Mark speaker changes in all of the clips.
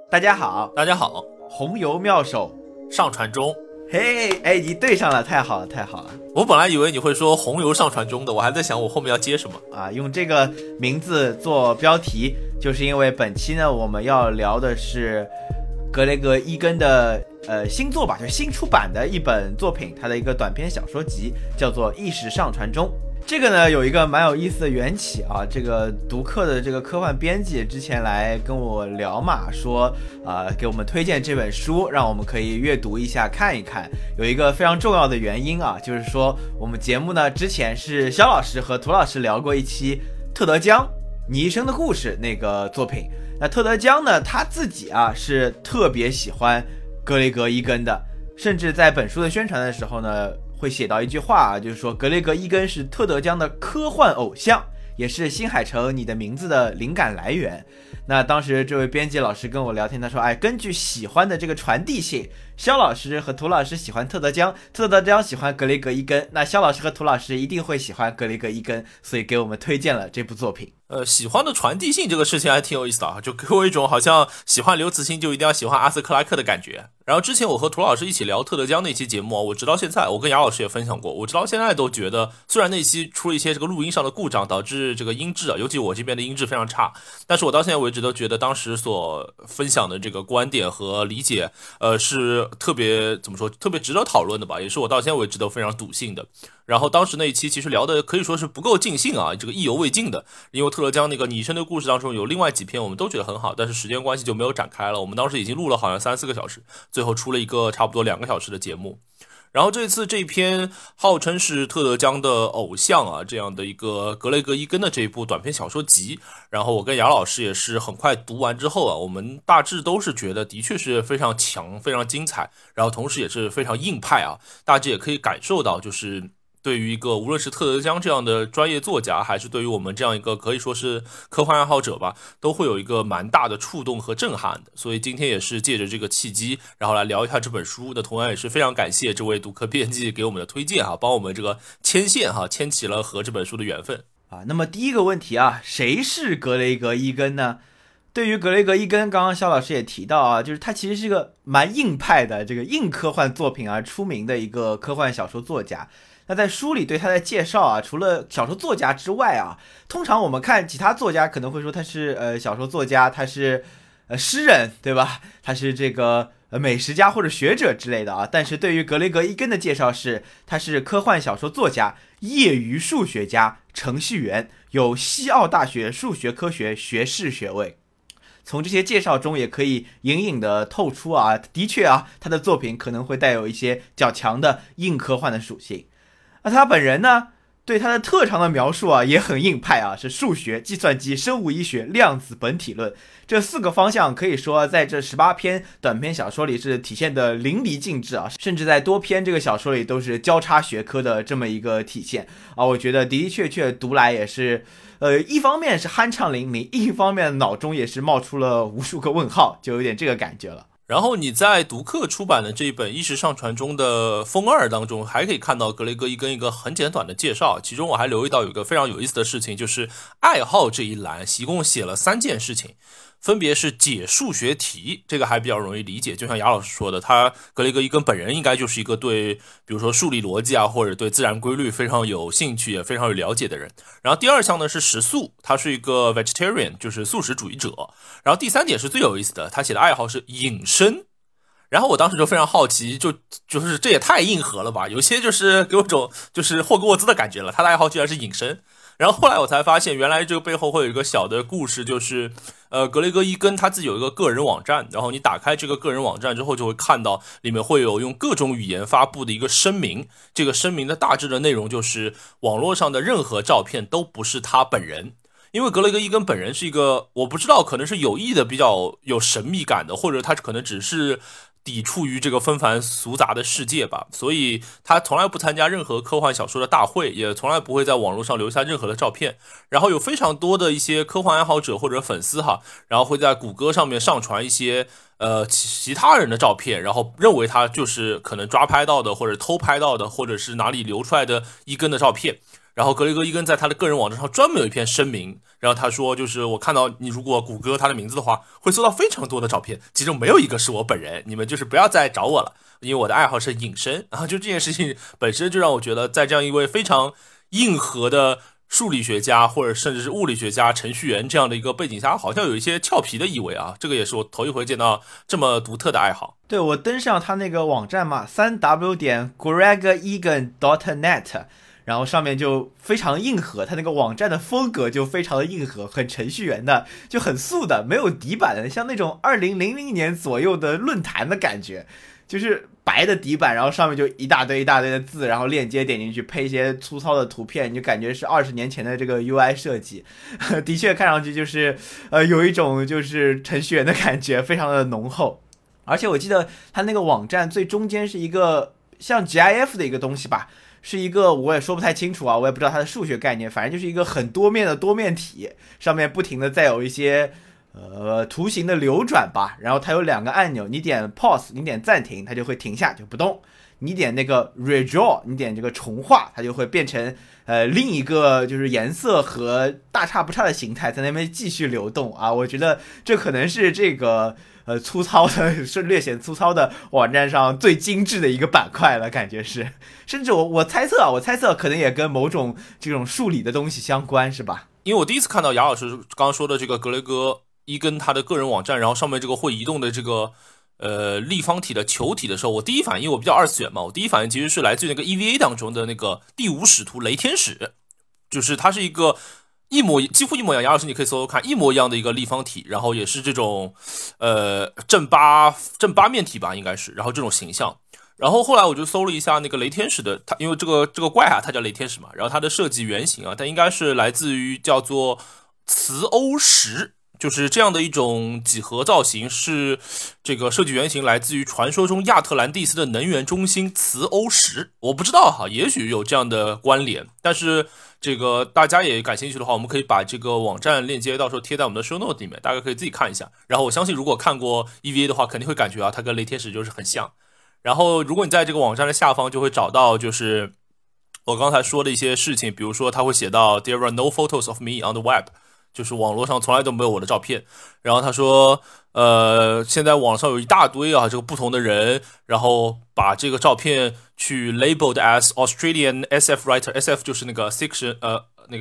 Speaker 1: 大家好，
Speaker 2: 大家好，
Speaker 1: 红油妙手
Speaker 2: 上传中。
Speaker 1: 嘿，哎，你对上了，太好了，太好了！
Speaker 2: 我本来以为你会说红油上传中的，我还在想我后面要接什么
Speaker 1: 啊。用这个名字做标题，就是因为本期呢，我们要聊的是格雷格·伊根的新作吧，就是新出版的一本作品，他的一个短篇小说集，叫做《意识上传中》。这个呢有一个蛮有意思的缘起啊，这个读客的这个科幻编辑之前来跟我聊嘛，说给我们推荐这本书，让我们可以阅读一下看一看。有一个非常重要的原因啊，就是说我们节目呢之前是肖老师和涂老师聊过一期特德·江你一生的故事那个作品。那特德·江呢他自己啊是特别喜欢格雷格·伊根的，甚至在本书的宣传的时候呢会写到一句话啊，就是说格雷格·伊根是特德·江的科幻偶像，也是新海诚你的名字的灵感来源。那当时这位编辑老师跟我聊天，他说根据喜欢的这个传递性，肖老师和涂老师喜欢特德·江，特德·江喜欢格雷格·伊根，那肖老师和涂老师一定会喜欢格雷格·伊根，所以给我们推荐了这部作品。
Speaker 2: 喜欢的传递性这个事情还挺有意思的啊，就给我一种好像喜欢刘慈欣就一定要喜欢阿瑟克莱克的感觉。然后之前我和涂老师一起聊特德·江那期节目啊，我直到现在，我跟雅老师也分享过，我直到现在都觉得，虽然那期出了一些这个录音上的故障，导致这个音质啊，尤其我这边的音质非常差，但是我到现在为止都觉得当时所分享的这个观点和理解，是特别怎么说，特别值得讨论的吧，也是我到现在为止都非常笃信的。然后当时那一期其实聊的可以说是不够尽兴啊，这个意犹未尽的，因为特德·江那个拟声的故事当中有另外几篇我们都觉得很好，但是时间关系就没有展开了。我们当时已经录了好像3-4个小时，最后出了一个差不多2个小时的节目。然后这次这篇号称是特德·江的偶像啊，这样的一个格雷格·伊根的这一部短篇小说集，然后我跟雅老师也是很快读完之后啊，我们大致都是觉得的确是非常强、非常精彩，然后同时也是非常硬派啊，大致也可以感受到就是对于一个无论是特德·江这样的专业作家，还是对于我们这样一个可以说是科幻爱好者吧，都会有一个蛮大的触动和震撼的。所以今天也是借着这个契机，然后来聊一下这本书。那同样也是非常感谢这位读客编辑给我们的推荐帮我们这个牵线牵起了和这本书的缘分
Speaker 1: 啊。那么第一个问题啊，谁是格雷格·伊根呢？对于格雷格·伊根，刚刚肖老师也提到啊，就是他其实是个蛮硬派的这个硬科幻作品而出名的一个科幻小说作家。那在书里对他的介绍啊，除了小说作家之外啊，通常我们看其他作家可能会说他是小说作家，他是诗人，对吧？他是这个美食家或者学者之类的啊。但是对于格雷格·伊根的介绍是，他是科幻小说作家、业余数学家、程序员，有西澳大学数学科学学士学位。从这些介绍中也可以隐隐的透出啊，的确啊，他的作品可能会带有一些较强的硬科幻的属性。那他本人呢，对他的特长的描述啊也很硬派啊，是数学、计算机、生物医学、量子本体论这4个方向，可以说在这18篇短篇小说里是体现的淋漓尽致啊，甚至在多篇这个小说里都是交叉学科的这么一个体现啊。我觉得的的确确读来也是一方面是酣畅淋漓，一方面脑中也是冒出了无数个问号，就有点这个感觉了。
Speaker 2: 然后你在读客出版的这一本意识上传中的封2当中，还可以看到格雷格·伊根一个很简短的介绍，其中我还留意到有一个非常有意思的事情，就是爱好这一栏一共写了3件事情，分别是解数学题，这个还比较容易理解，就像雅老师说的，他格雷格·伊根本人应该就是一个对比如说数理逻辑啊，或者对自然规律非常有兴趣也非常有了解的人。然后第2项呢是食素，他是一个 vegetarian， 就是素食主义者。然后第3点是最有意思的，他写的爱好是隐身。然后我当时就非常好奇，就是这也太硬核了吧，有些就是给我一种就是霍格沃兹的感觉了，他的爱好居然是隐身。然后后来我才发现，原来这个背后会有一个小的故事，就是格雷格·伊根他自己有一个个人网站，然后你打开这个个人网站之后，就会看到里面会有用各种语言发布的一个声明，这个声明的大致的内容就是网络上的任何照片都不是他本人。因为格雷格·伊根本人是一个，我不知道可能是有意的比较有神秘感的，或者他可能只是抵触于这个纷繁俗杂的世界吧，所以他从来不参加任何科幻小说的大会，也从来不会在网络上留下任何的照片。然后有非常多的一些科幻爱好者或者粉丝然后会在谷歌上面上传一些其他人的照片，然后认为他就是可能抓拍到的或者偷拍到的，或者是哪里流出来的一根的照片。 然后格雷格·伊根在他的个人网站上专门有一篇声明，然后他说就是我看到你如果谷歌他的名字的话，会搜到非常多的照片，其中没有一个是我本人，你们就是不要再找我了，因为我的爱好是隐身。然后就这件事情本身就让我觉得，在这样一位非常硬核的数理学家或者甚至是物理学家、程序员这样的一个背景下，好像有一些俏皮的意味啊。这个也是我头一回见到这么独特的爱好。
Speaker 1: 对，我登上他那个网站嘛，3w.gregegan.net，然后上面就非常硬核，他那个网站的风格就非常的硬核，很程序员的，就很素的，没有底板的，像那种2000年左右的论坛的感觉，就是白的底板，然后上面就一大堆的字，然后链接点进去，配一些粗糙的图片，你就感觉是20年前的这个 UI 设计，的确看上去就是有一种就是程序员的感觉，非常的浓厚。而且我记得它那个网站最中间是一个像 GIF 的一个东西吧，是一个我也说不太清楚啊，我也不知道它的数学概念，反正就是一个很多面的多面体，上面不停的再有一些图形的流转吧，然后它有2个按钮，你点 pause， 你点暂停，它就会停下就不动。你点那个 redraw， 你点这个重画，它就会变成另一个就是颜色和大差不差的形态，在那边继续流动啊。我觉得这可能是这个粗糙的，是略显粗糙的网站上最精致的一个板块了，感觉是。甚至我猜测可能也跟某种这种数理的东西相关，是吧？
Speaker 2: 因为我第一次看到雅老师刚刚说的这个格雷格伊根他的个人网站，然后上面这个会移动的这个立方体的球体的时候，我第一反应，我比较二次元嘛，我第一反应其实是来自于那个 EVA 当中的那个第5使徒雷天使，就是它是一个几乎一模一样，杨老师你可以搜搜看，一模一样的一个立方体，然后也是这种正八面体吧，应该是，然后这种形象。然后后来我就搜了一下那个雷天使的，它因为这个怪啊，它叫雷天使嘛，然后它的设计原型啊，它应该是来自于叫做磁欧石。就是这样的一种几何造型，是这个设计原型来自于传说中亚特兰蒂斯的能源中心磁欧石。我不知道哈，也许有这样的关联，但是这个大家也感兴趣的话，我们可以把这个网站链接到时候贴在我们的 show note 里面，大家可以自己看一下。然后我相信如果看过 EVA 的话，肯定会感觉啊，它跟雷天使就是很像。然后如果你在这个网站的下方就会找到就是我刚才说的一些事情，比如说他会写到 There are no photos of me on the web，就是网络上从来都没有我的照片。然后他说现在网上有一大堆啊这个不同的人，然后把这个照片去 labeled as Australian SF writer， SF 就是那个 fiction那个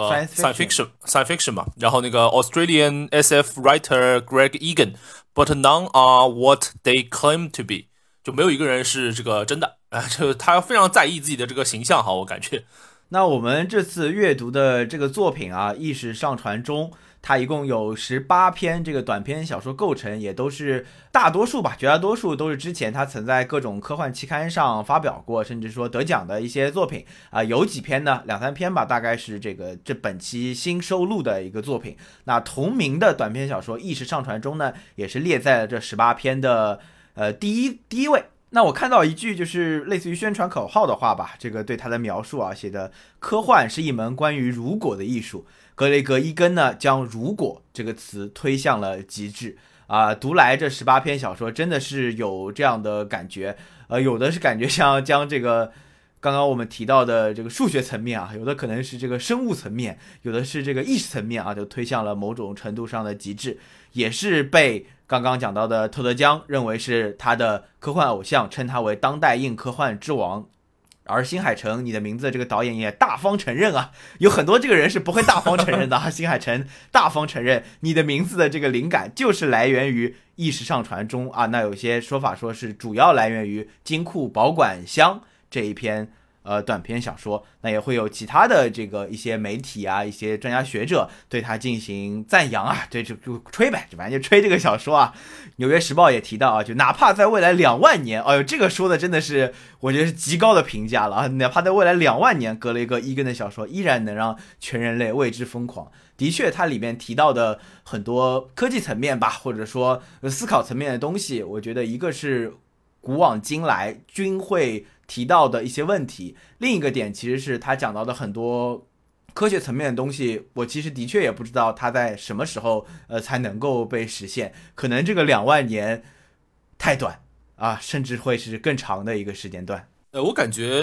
Speaker 2: science fiction 嘛，然后那个 Australian SF writer Greg Egan but none are what they claim to be， 就没有一个人是这个真的就他非常在意自己的这个形象哈，我感觉。
Speaker 1: 那我们这次阅读的这个作品啊，意识上传中，它一共有18篇这个短篇小说构成，也都是大多数吧，绝大多数都是之前他曾在各种科幻期刊上发表过，甚至说得奖的一些作品啊，有几篇呢，2-3篇吧，大概是这本期新收录的一个作品。那同名的短篇小说意识上传中呢，也是列在了这18篇的第一位。那我看到一句就是类似于宣传口号的话吧，这个对他的描述啊，写的科幻是一门关于如果的艺术。格雷格伊根呢，将如果这个词推向了极致啊，读来这18篇小说真的是有这样的感觉，有的是感觉像将这个刚刚我们提到的这个数学层面啊，有的可能是这个生物层面，有的是这个意识层面啊，就推向了某种程度上的极致，也是被刚刚讲到的特德·江认为是他的科幻偶像，称他为当代硬科幻之王。而新海诚，你的名字这个导演也大方承认啊，有很多这个人是不会大方承认的啊。新海诚大方承认，你的名字的这个灵感就是来源于意识上传中啊。那有些说法说是主要来源于金库保管箱这一篇短篇小说，那也会有其他的这个一些媒体啊，一些专家学者对他进行赞扬啊，对，就吹呗，反正就吹这个小说啊。纽约时报也提到啊，就哪怕在未来2万年，哎呦，这个说的真的是我觉得是极高的评价了啊！哪怕在未来2万年，格雷格伊根的小说依然能让全人类为之疯狂。的确，它里面提到的很多科技层面吧，或者说思考层面的东西，我觉得一个是古往今来均会提到的一些问题，另一个点其实是他讲到的很多科学层面的东西，我其实的确也不知道他在什么时候才能够被实现，可能这个2万年太短啊，甚至会是更长的一个时间段。
Speaker 2: 我感觉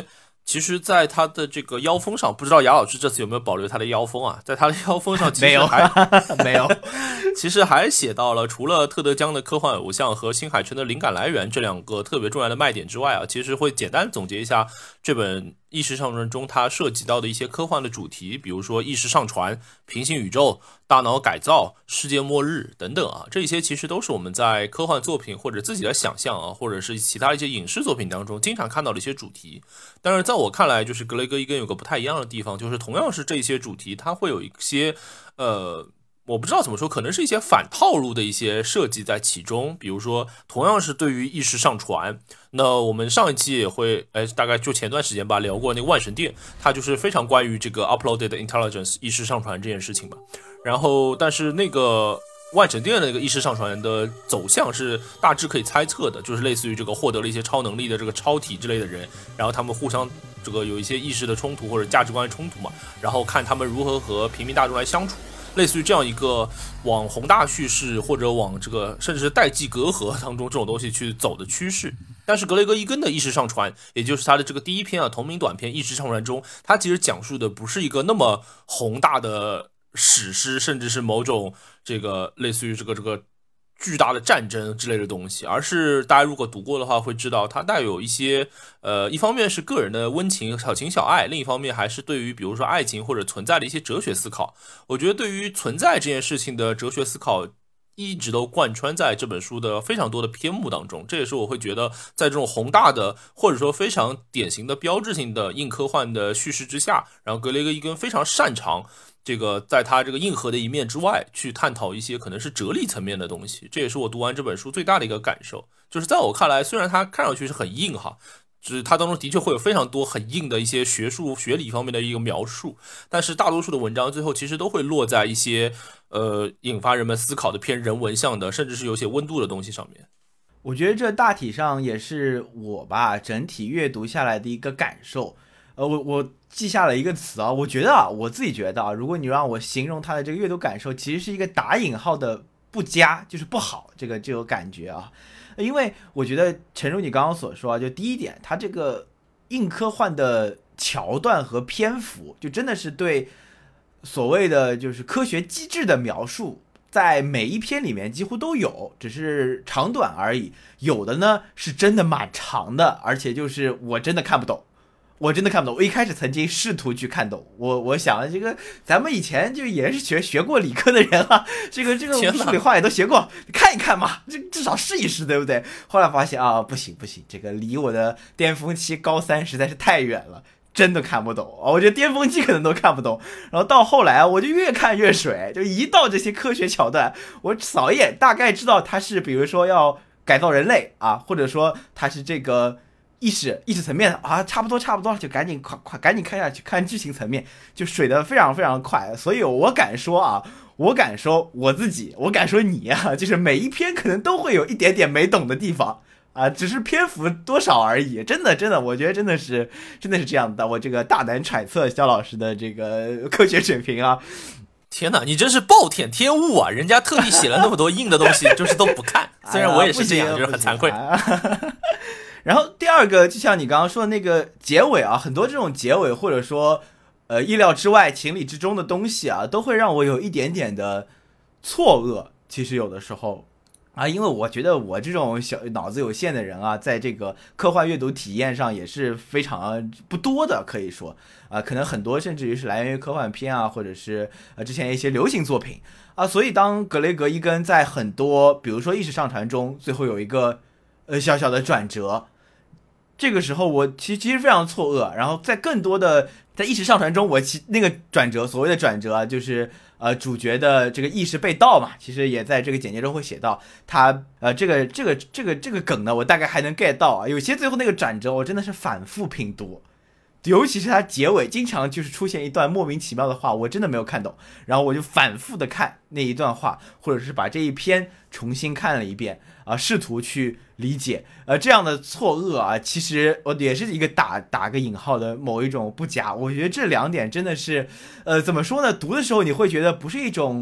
Speaker 2: 其实，在他的这个腰封上，不知道雅老师这次有没有保留他的腰封啊？在他的腰封上，其实还
Speaker 1: 没有，
Speaker 2: 其实还写到了，除了特德·江的科幻偶像和新海诚的灵感来源这两个特别重要的卖点之外啊，其实会简单总结一下这本意识上传中它涉及到的一些科幻的主题，比如说意识上传、平行宇宙、大脑改造、世界末日等等啊，这些其实都是我们在科幻作品或者自己的想象啊，或者是其他一些影视作品当中经常看到的一些主题。但是在我看来，就是格雷戈伊根有个不太一样的地方，就是同样是这些主题，它会有一些我不知道怎么说，可能是一些反套路的一些设计在其中。比如说，同样是对于意识上传，那我们上一期也会，大概就前段时间吧，聊过那个万神殿，它就是非常关于这个 uploaded intelligence 意识上传这件事情嘛。然后，但是那个万神殿的那个意识上传的走向是大致可以猜测的，就是类似于这个获得了一些超能力的这个超体之类的人，然后他们互相这个有一些意识的冲突或者价值观的冲突嘛，然后看他们如何和平民大众来相处。类似于这样一个往宏大叙事或者往这个甚至是代际隔阂当中这种东西去走的趋势。但是格雷戈伊根的意识上传，也就是他的这个第一篇同名短片意识上传中，他其实讲述的不是一个那么宏大的史诗，甚至是某种这个类似于这个巨大的战争之类的东西，而是大家如果读过的话会知道它带有一些一方面是个人的温情小情小爱，另一方面还是对于比如说爱情或者存在的一些哲学思考。我觉得对于存在这件事情的哲学思考一直都贯穿在这本书的非常多的篇目当中，这也是我会觉得在这种宏大的或者说非常典型的标志性的硬科幻的叙事之下，然后格雷戈伊根非常擅长这个在他这个硬核的一面之外去探讨一些可能是哲理层面的东西，这也是我读完这本书最大的一个感受。就是在我看来，虽然它看上去是很硬哈，就是它当中的确会有非常多很硬的一些学术学理方面的一个描述，但是大多数的文章最后其实都会落在一些引发人们思考的偏人文向的，甚至是有些温度的东西上面。
Speaker 1: 我觉得这大体上也是我吧整体阅读下来的一个感受。我记下了一个词啊，我觉得啊，我自己觉得啊，如果你让我形容它的这个阅读感受，其实是一个打引号的不佳，就是不好，这个感觉啊。因为我觉得诚如你刚刚所说啊，就第一点，它这个硬科幻的桥段和篇幅，就真的是对所谓的就是科学机制的描述，在每一篇里面几乎都有，只是长短而已。有的呢是真的蛮长的，而且就是我真的看不懂。我一开始曾经试图去看懂，我想这个咱们以前就也是学过理科的人啊，这个数理化也都学过，看一看嘛，这至少试一试，对不对？后来发现啊，不行，这个离我的巅峰期高三实在是太远了，真的看不懂。我觉得巅峰期可能都看不懂，然后到后来我就越看越水，就一到这些科学桥段，我扫一眼大概知道它是比如说要改造人类啊，或者说它是这个意识层面啊，差不多就赶紧看下去，看剧情层面就水得非常非常快。所以我敢说啊，我敢说我自己，我敢说你啊，就是每一篇可能都会有一点点没懂的地方啊，只是篇幅多少而已。真的，我觉得真的是这样的。我这个大胆揣测肖老师的这个科学水平啊。
Speaker 2: 天哪，你真是暴殄天物啊！人家特地写了那么多硬的东西，就是都不看。虽然我也是这样，就是很惭愧。
Speaker 1: 然后第二个，就像你刚刚说的那个结尾啊，很多这种结尾或者说意料之外、情理之中的东西啊，都会让我有一点点的错愕。其实有的时候啊，因为我觉得我这种脑子有限的人啊，在这个科幻阅读体验上也是非常不多的，可以说可能很多甚至于是来源于科幻片啊，或者是之前一些流行作品啊，所以当格雷格伊根在很多比如说意识上传中，最后有一个小小的转折。这个时候我其实非常错愕，然后在更多的在意识上传中，我那个转折，所谓的转折啊，就是主角的这个意识被盗嘛，其实也在这个简介中会写到他这个梗呢，我大概还能 get 到啊，有些最后那个转折我真的是反复拼读。尤其是它结尾经常就是出现一段莫名其妙的话，我真的没有看懂，然后我就反复的看那一段话，或者是把这一篇重新看了一遍啊，试图去理解这样的错愕啊，其实我也是一个打个引号的某一种不佳。我觉得这两点真的是怎么说呢，读的时候你会觉得不是一种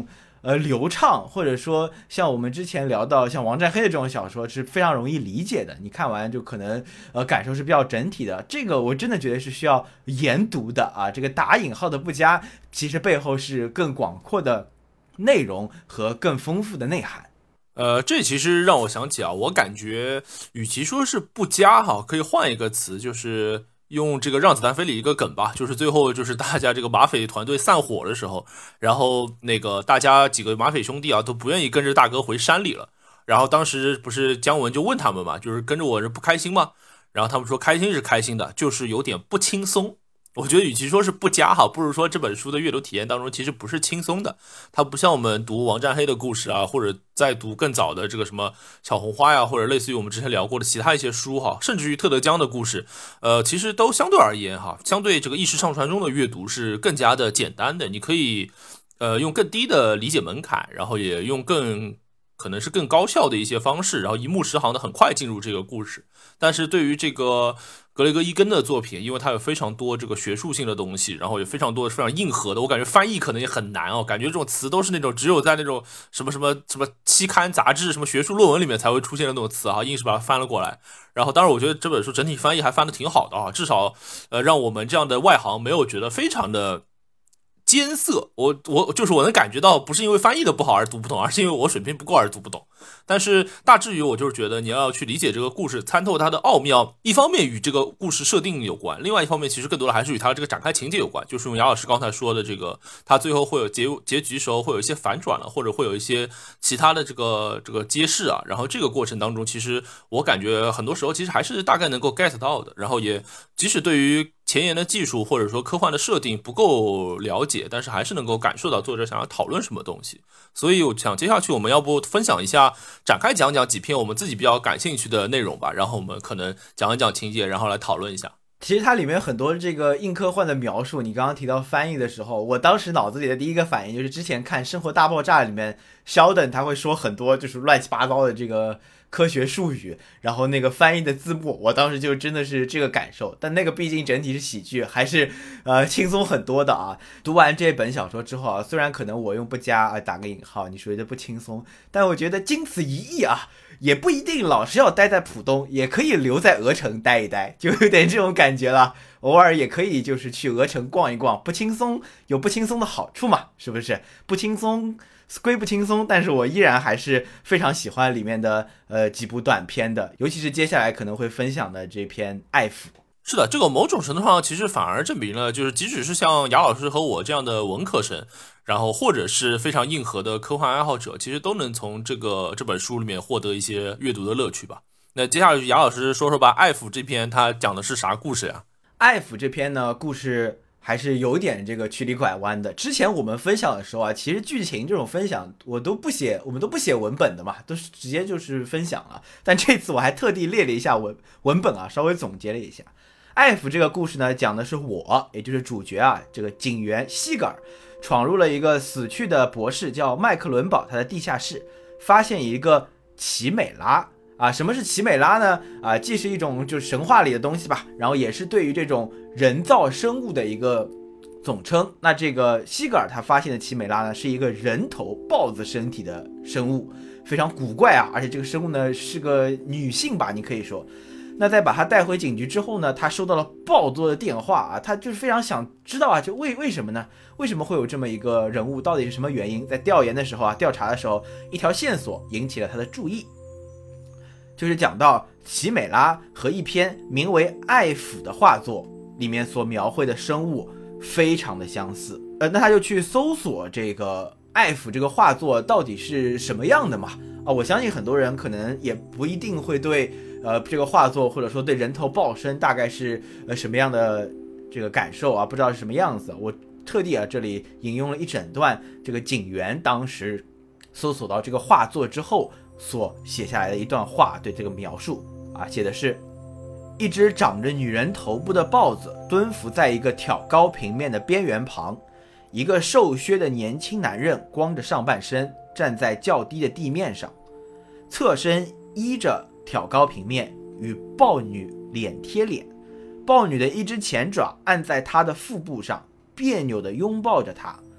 Speaker 1: 流畅，或者说像我们之前聊到像王占黑的这种小说是非常容易理解的，你看完就可能感受是比较整体的。这个我真的觉得是需要研读的啊，这个打引号的不佳，其实背后是更广阔的内容和更丰富的内涵。
Speaker 2: 这其实让我想起啊，我感觉与其说是不佳哈，可以换一个词，就是用这个让子弹飞里一个梗吧，就是最后就是大家这个马匪团队散伙的时候，然后那个大家几个马匪兄弟啊都不愿意跟着大哥回山里了，然后当时不是姜文就问他们嘛，就是跟着我是不开心吗？然后他们说开心是开心的，就是有点不轻松。我觉得与其说是不佳哈，不如说这本书的阅读体验当中其实不是轻松的。它不像我们读王占黑的故事啊，或者再读更早的这个什么小红花呀，或者类似于我们之前聊过的其他一些书哈，甚至于特德·姜的故事，其实都相对而言哈，相对这个意识上传中的阅读是更加的简单的。你可以用更低的理解门槛，然后也用可能是更高效的一些方式，然后一目十行的很快进入这个故事。但是对于这个格雷格·伊根的作品，因为它有非常多这个学术性的东西，然后有非常多非常硬核的，我感觉翻译可能也很难哦。感觉这种词都是那种只有在那种什么期刊杂志、什么学术论文里面才会出现的那种词啊，硬是把它翻了过来。然后当然我觉得这本书整体翻译还翻得挺好的啊，至少让我们这样的外行没有觉得非常的艰涩，我就是我能感觉到，不是因为翻译的不好而读不懂，而是因为我水平不够而读不懂。但是大致于我就是觉得你要去理解这个故事，参透它的奥妙，一方面与这个故事设定有关，另外一方面其实更多的还是与它这个展开情节有关。就是用杨老师刚才说的这个，它最后会有结局时候会有一些反转了，或者会有一些其他的这个揭示啊。然后这个过程当中，其实我感觉很多时候其实还是大概能够 get 到的。然后也即使对于前沿的技术或者说科幻的设定不够了解，但是还是能够感受到作者想要讨论什么东西。所以我想接下去我们要不分享一下，展开讲讲几篇我们自己比较感兴趣的内容吧，然后我们可能讲一讲情节，然后来讨论一下。
Speaker 1: 其实它里面很多这个硬科幻的描述，你刚刚提到翻译的时候，我当时脑子里的第一个反应就是之前看《生活大爆炸》里面肖登他会说很多就是乱七八糟的这个科学术语，然后那个翻译的字幕，我当时就真的是这个感受。但那个毕竟整体是喜剧，还是轻松很多的啊。读完这本小说之后啊，虽然可能我用不加啊打个引号，你说的不轻松，但我觉得经此一役啊，也不一定老是要待在浦东，也可以留在鹅城待一待，就有点这种感觉了。偶尔也可以就是去鹅城逛一逛，不轻松有不轻松的好处嘛，是不是？不轻松归不轻松，但是我依然还是非常喜欢里面的几部短片的，尤其是接下来可能会分享的这篇《爱抚》。
Speaker 2: 是的，这个某种程度上其实反而证明了，就是即使是像雅老师和我这样的文科生，然后或者是非常硬核的科幻爱好者，其实都能从这本书里面获得一些阅读的乐趣吧。那接下来雅老师说说吧，《爱抚》这篇它讲的是啥故事呀？
Speaker 1: 爱抚这篇呢，故事还是有点这个曲里拐弯的。之前我们分享的时候啊，其实剧情这种分享我们都不写文本的嘛，都是直接就是分享了。但这次我还特地列了一下文本啊，稍微总结了一下。爱抚这个故事呢，讲的是我，也就是主角啊，这个警员西格尔闯入了一个死去的博士叫麦克伦堡他的地下室，发现一个奇美拉。啊，什么是奇美拉呢？啊，既是一种就是神话里的东西吧，然后也是对于这种人造生物的一个总称。那这个西格尔他发现的奇美拉呢，是一个人头豹子身体的生物，非常古怪啊，而且这个生物呢是个女性吧，你可以说。那在把他带回警局之后呢，他收到了爆多的电话啊，他就是非常想知道啊，就为什么呢？为什么会有这么一个人物？到底是什么原因？在调研的时候啊，调查的时候，一条线索引起了他的注意。就是讲到奇美拉和一篇名为《爱抚》的画作里面所描绘的生物非常的相似。那他就去搜索这个爱抚这个画作到底是什么样的嘛？啊，我相信很多人可能也不一定会对这个画作或者说对人头豹身大概是什么样的这个感受啊，不知道是什么样子。我特地这里引用了一整段这个警员当时搜索到这个画作之后所写下来的一段话，对这个描述啊，写的是：一只长着女人头部的豹子蹲伏在一个挑高平面的边缘旁，一个瘦削的年轻男人光着上半身站在较低的地面上，侧身依着挑高平面与豹女脸贴脸，豹女的一只前爪按在他的腹部上，别扭地拥抱着他。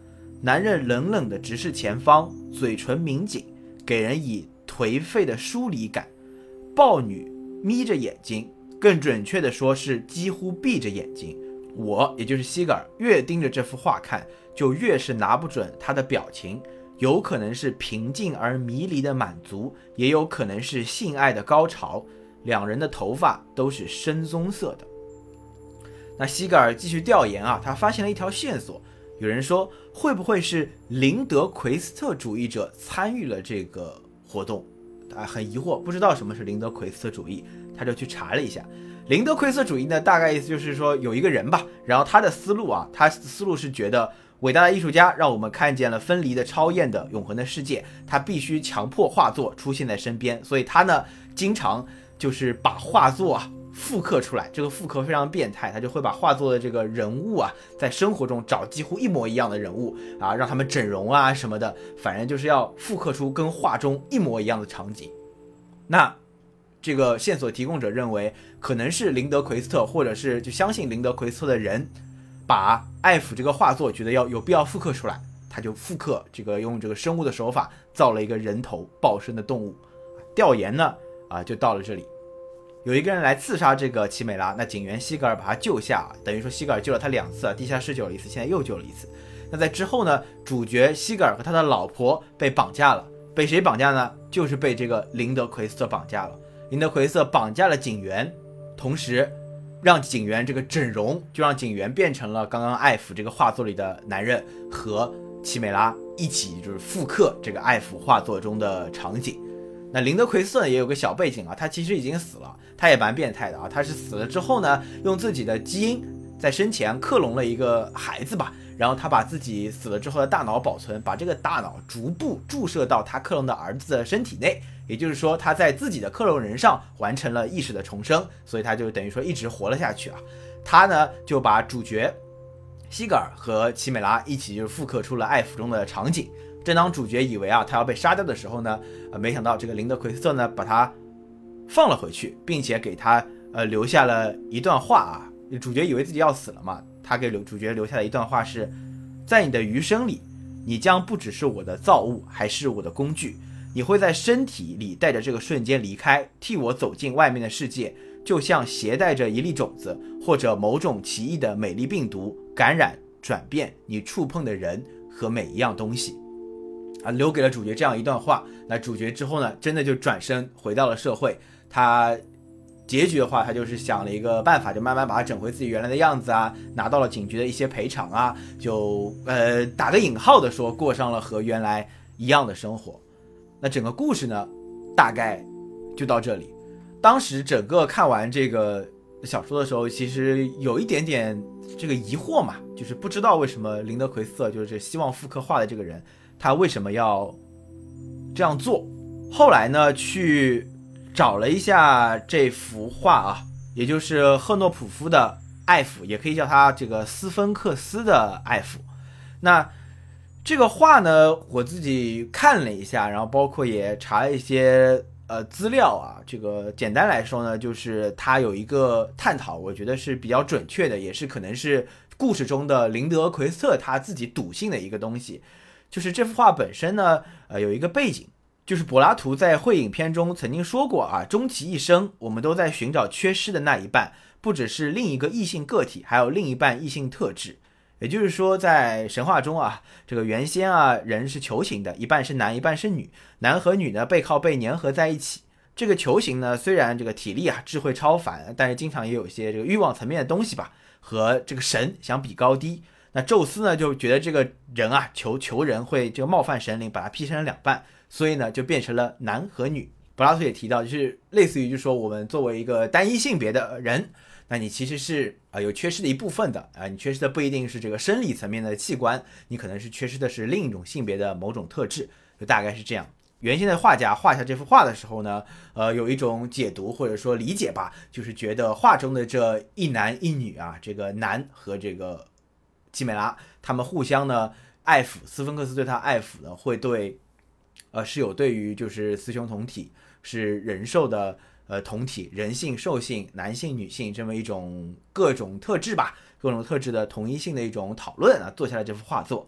Speaker 1: 男人冷冷地直视前方，嘴唇抿紧，给人以颓废的疏离感。豹女眯着眼睛，更准确地说是几乎闭着眼睛。我也就是西格尔越盯着这幅画看，就越是拿不准他的表情，有可能是平静而迷离的满足，也有可能是性爱的高潮。两人的头发都是深棕色的。那西格尔继续调研啊，他发现了一条线索。有人说，会不会是林德奎斯特主义者参与了这个活动？他很疑惑，不知道什么是林德奎斯特主义，他就去查了一下。林德奎斯特主义呢，大概意思就是说有一个人吧，然后他的思路是觉得伟大的艺术家让我们看见了分离的超验的永恒的世界，他必须强迫画作出现在身边，所以他呢经常就是把画作复刻出来，这个复刻非常变态，他就会把画作的这个人物在生活中找几乎一模一样的人物让他们整容什么的，反正就是要复刻出跟画中一模一样的场景。那这个线索提供者认为，可能是林德奎斯特，或者是就相信林德奎斯特的人，把艾弗这个画作觉得有必要复刻出来，他就复刻用这个生物的手法造了一个人头抱身的动物。调研呢就到了这里。有一个人来刺杀这个奇美拉，那警员西格尔把他救下，等于说西格尔救了他2次地下室救了1次，现在又救了1次。那在之后呢，主角西格尔和他的老婆被绑架了，被谁绑架呢？就是被这个林德奎斯特绑架了。林德奎斯特绑架了警员，同时让警员这个整容，就让警员变成了刚刚艾弗这个画作里的男人，和奇美拉一起就是复刻这个艾弗画作中的场景。那林德奎斯特也有个小背景他其实已经死了，他也蛮变态的他是死了之后呢，用自己的基因在生前克隆了一个孩子吧，然后他把自己死了之后的大脑保存，把这个大脑逐步注射到他克隆的儿子的身体内，也就是说他在自己的克隆人上完成了意识的重生，所以他就等于说一直活了下去他呢就把主角西格尔和奇美拉一起就是复刻出了艾弗中的场景。正当主角以为他要被杀掉的时候呢，没想到这个林德奎斯特呢把他放了回去，并且给他留下了一段话主角以为自己要死了嘛，他给主角留下的一段话是：在你的余生里，你将不只是我的造物，还是我的工具。你会在身体里带着这个瞬间离开，替我走进外面的世界，就像携带着一粒种子或者某种奇异的美丽病毒，感染转变你触碰的人和每一样东西。留给了主角这样一段话。那主角之后呢，真的就转身回到了社会。他结局的话，他就是想了一个办法，就慢慢把他整回自己原来的样子拿到了警局的一些赔偿就打个引号的说，过上了和原来一样的生活。那整个故事呢，大概就到这里。当时整个看完这个小说的时候，其实有一点点这个疑惑嘛，就是不知道为什么林德奎斯特就是希望复刻画的这个人，他为什么要这样做。后来呢去找了一下这幅画也就是赫诺普夫的艾弗，也可以叫他这个斯芬克斯的艾弗。那这个画呢，我自己看了一下，然后包括也查了一些资料这个简单来说呢，就是它有一个探讨，我觉得是比较准确的，也是可能是故事中的林德奎斯特他自己笃信的一个东西。就是这幅画本身呢有一个背景，就是柏拉图在会影片中曾经说过终其一生我们都在寻找缺失的那一半，不只是另一个异性个体，还有另一半异性特质。也就是说在神话中这个原先人是球形的，一半是男一半是女，男和女呢背靠背粘合在一起。这个球形呢虽然这个体力智慧超凡，但是经常也有一些这个欲望层面的东西吧，和这个神相比高低。那宙斯呢就觉得这个人求人会这个冒犯神灵，把他劈成了2半，所以呢就变成了男和女。柏拉图也提到，就是类似于就是说我们作为一个单一性别的人，那你其实是有缺失的一部分的你缺失的不一定是这个生理层面的器官，你可能是缺失的是另一种性别的某种特质，就大概是这样。原先的画家画下这幅画的时候呢有一种解读或者说理解吧，就是觉得画中的这一男一女这个男和这个基美拉他们互相呢爱抚，斯芬克斯对他爱抚呢会对是有对于就是雌雄同体，是人兽的同体，人性兽性男性女性这么一种各种特质吧，各种特质的同一性的一种讨论做下来这幅画作。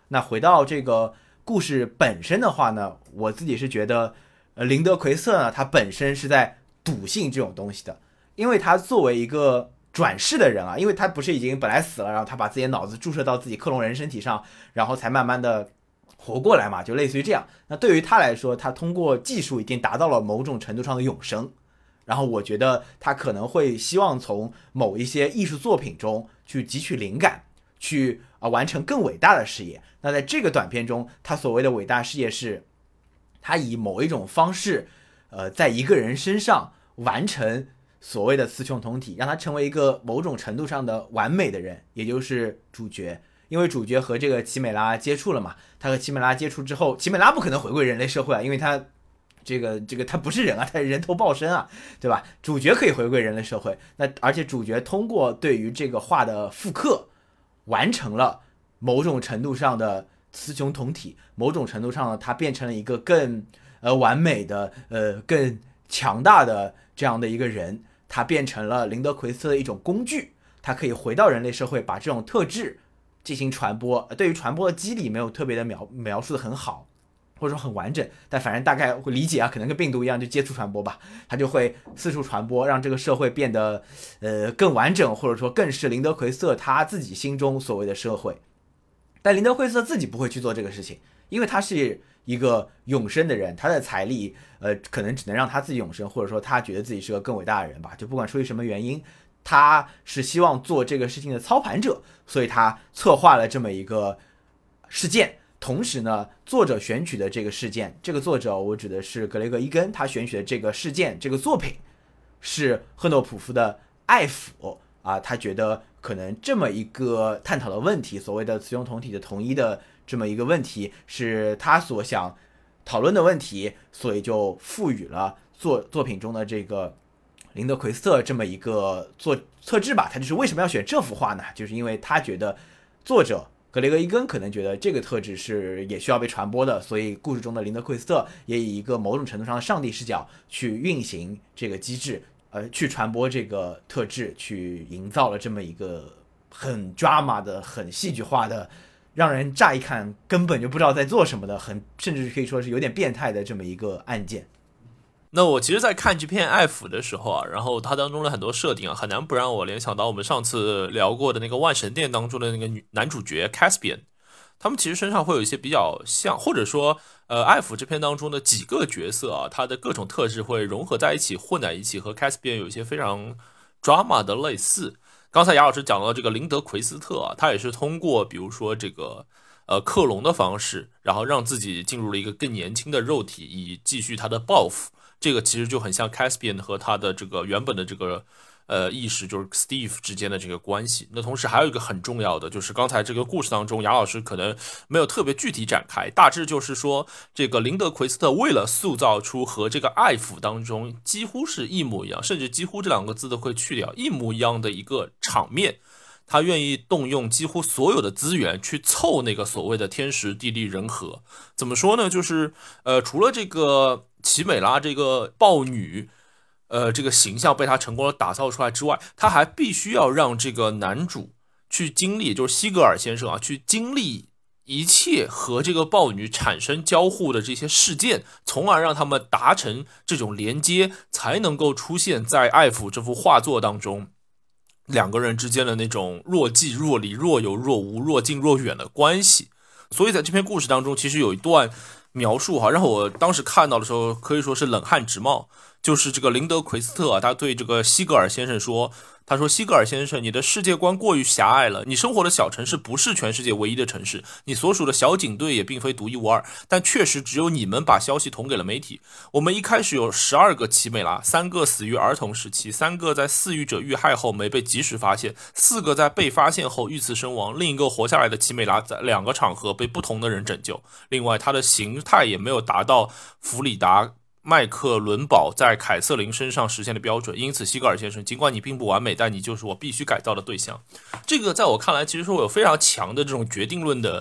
Speaker 1: 那回到这个故事本身的话呢，我自己是觉得，林德奎瑟呢，他本身是在笃信这种东西的，因为他作为一个转世的人啊，因为他不是已经本来死了，然后他把自己的脑子注射到自己克隆人身体上，然后才慢慢的活过来嘛，就类似于这样。那对于他来说，他通过技术已经达到了某种程度上的永生，然后我觉得他可能会希望从某一些艺术作品中去汲取灵感，去完成更伟大的事业。那在这个短片中，他所谓的伟大事业是，他以某一种方式，在一个人身上完成所谓的雌雄同体，让他成为一个某种程度上的完美的人，也就是主角。因为主角和这个奇美拉接触了嘛，他和奇美拉接触之后，奇美拉不可能回归人类社会啊，因为他这个他不是人啊，他是人头豹身啊，对吧？主角可以回归人类社会，那而且主角通过对于这个画的复刻，完成了某种程度上的雌雄同体，某种程度上呢，他变成了一个更完美的更强大的这样的一个人，他变成了林德奎斯的一种工具，他可以回到人类社会，把这种特质进行传播。对于传播的机理没有特别的描述的很好，或者说很完整，但反正大概会理解啊，可能跟病毒一样，就接触传播吧，它就会四处传播，让这个社会变得更完整，或者说更是林德奎瑟他自己心中所谓的社会。但林德奎瑟自己不会去做这个事情，因为他是一个永生的人，他的财力可能只能让他自己永生，或者说他觉得自己是个更伟大的人吧，就不管出于什么原因，他是希望做这个事情的操盘者，所以他策划了这么一个事件。同时呢，作者选取的这个事件，这个作者我指的是格雷格伊根，他选取的这个事件，这个作品是赫诺普夫的爱抚啊，他觉得可能这么一个探讨的问题，所谓的雌雄同体的统一的这么一个问题，是他所想讨论的问题，所以就赋予了作品中的这个林德奎斯特这么一个特质吧。他就是为什么要选这幅画呢？就是因为他觉得作者格雷格伊根可能觉得这个特质是也需要被传播的，所以故事中的林德奎斯特也以一个某种程度上的上帝视角去运行这个机制，去传播这个特质，去营造了这么一个很 drama 的、很戏剧化的，让人乍一看根本就不知道在做什么的，甚至可以说是有点变态的这么一个案件。
Speaker 2: 那我其实在看这片《爱抚》的时候啊，然后它当中的很多设定啊，很难不让我联想到我们上次聊过的那个《万神殿》当中的那个男主角 Caspian， 他们其实身上会有一些比较像，或者说《爱抚》这片当中的几个角色啊，他的各种特质会融合在一起，混在一起，和 Caspian 有一些非常 drama 的类似。刚才雅老师讲到这个林德奎斯特啊，他也是通过比如说这个克隆的方式，然后让自己进入了一个更年轻的肉体，以继续他的报复。这个其实就很像 Caspian 和他的这个原本的这个意识，就是 Steve 之间的这个关系。那同时还有一个很重要的，就是刚才这个故事当中，雅老师可能没有特别具体展开，大致就是说，这个林德奎斯特为了塑造出和这个爱抚当中几乎是一模一样，甚至几乎这两个字都会去掉，一模一样的一个场面，他愿意动用几乎所有的资源去凑那个所谓的天时地利人和。怎么说呢？就是除了这个奇美拉这个豹女这个形象被他成功的打造出来之外，他还必须要让这个男主去经历，就是西格尔先生啊，去经历一切和这个豹女产生交互的这些事件，从而让他们达成这种连接，才能够出现在《爱抚》这幅画作当中两个人之间的那种若即若离、若有若无、若近若远的关系。所以在这篇故事当中，其实有一段描述让我当时看到的时候可以说是冷汗直冒，就是这个林德奎斯特啊，他对这个西格尔先生说，他说：“西格尔先生，你的世界观过于狭隘了。你生活的小城市不是全世界唯一的城市，你所属的小警队也并非独一无二，但确实只有你们把消息捅给了媒体。我们一开始有12个奇美拉，3个死于儿童时期，3个在饲育者遇害后没被及时发现，4个在被发现后遇刺身亡，另一个活下来的奇美拉在2个场合被不同的人拯救。另外，他的形态也没有达到弗里达麦克伦堡在凯瑟琳身上实现的标准，因此西格尔先生，尽管你并不完美，但你就是我必须改造的对象。这个在我看来其实是我有非常强的这种决定论的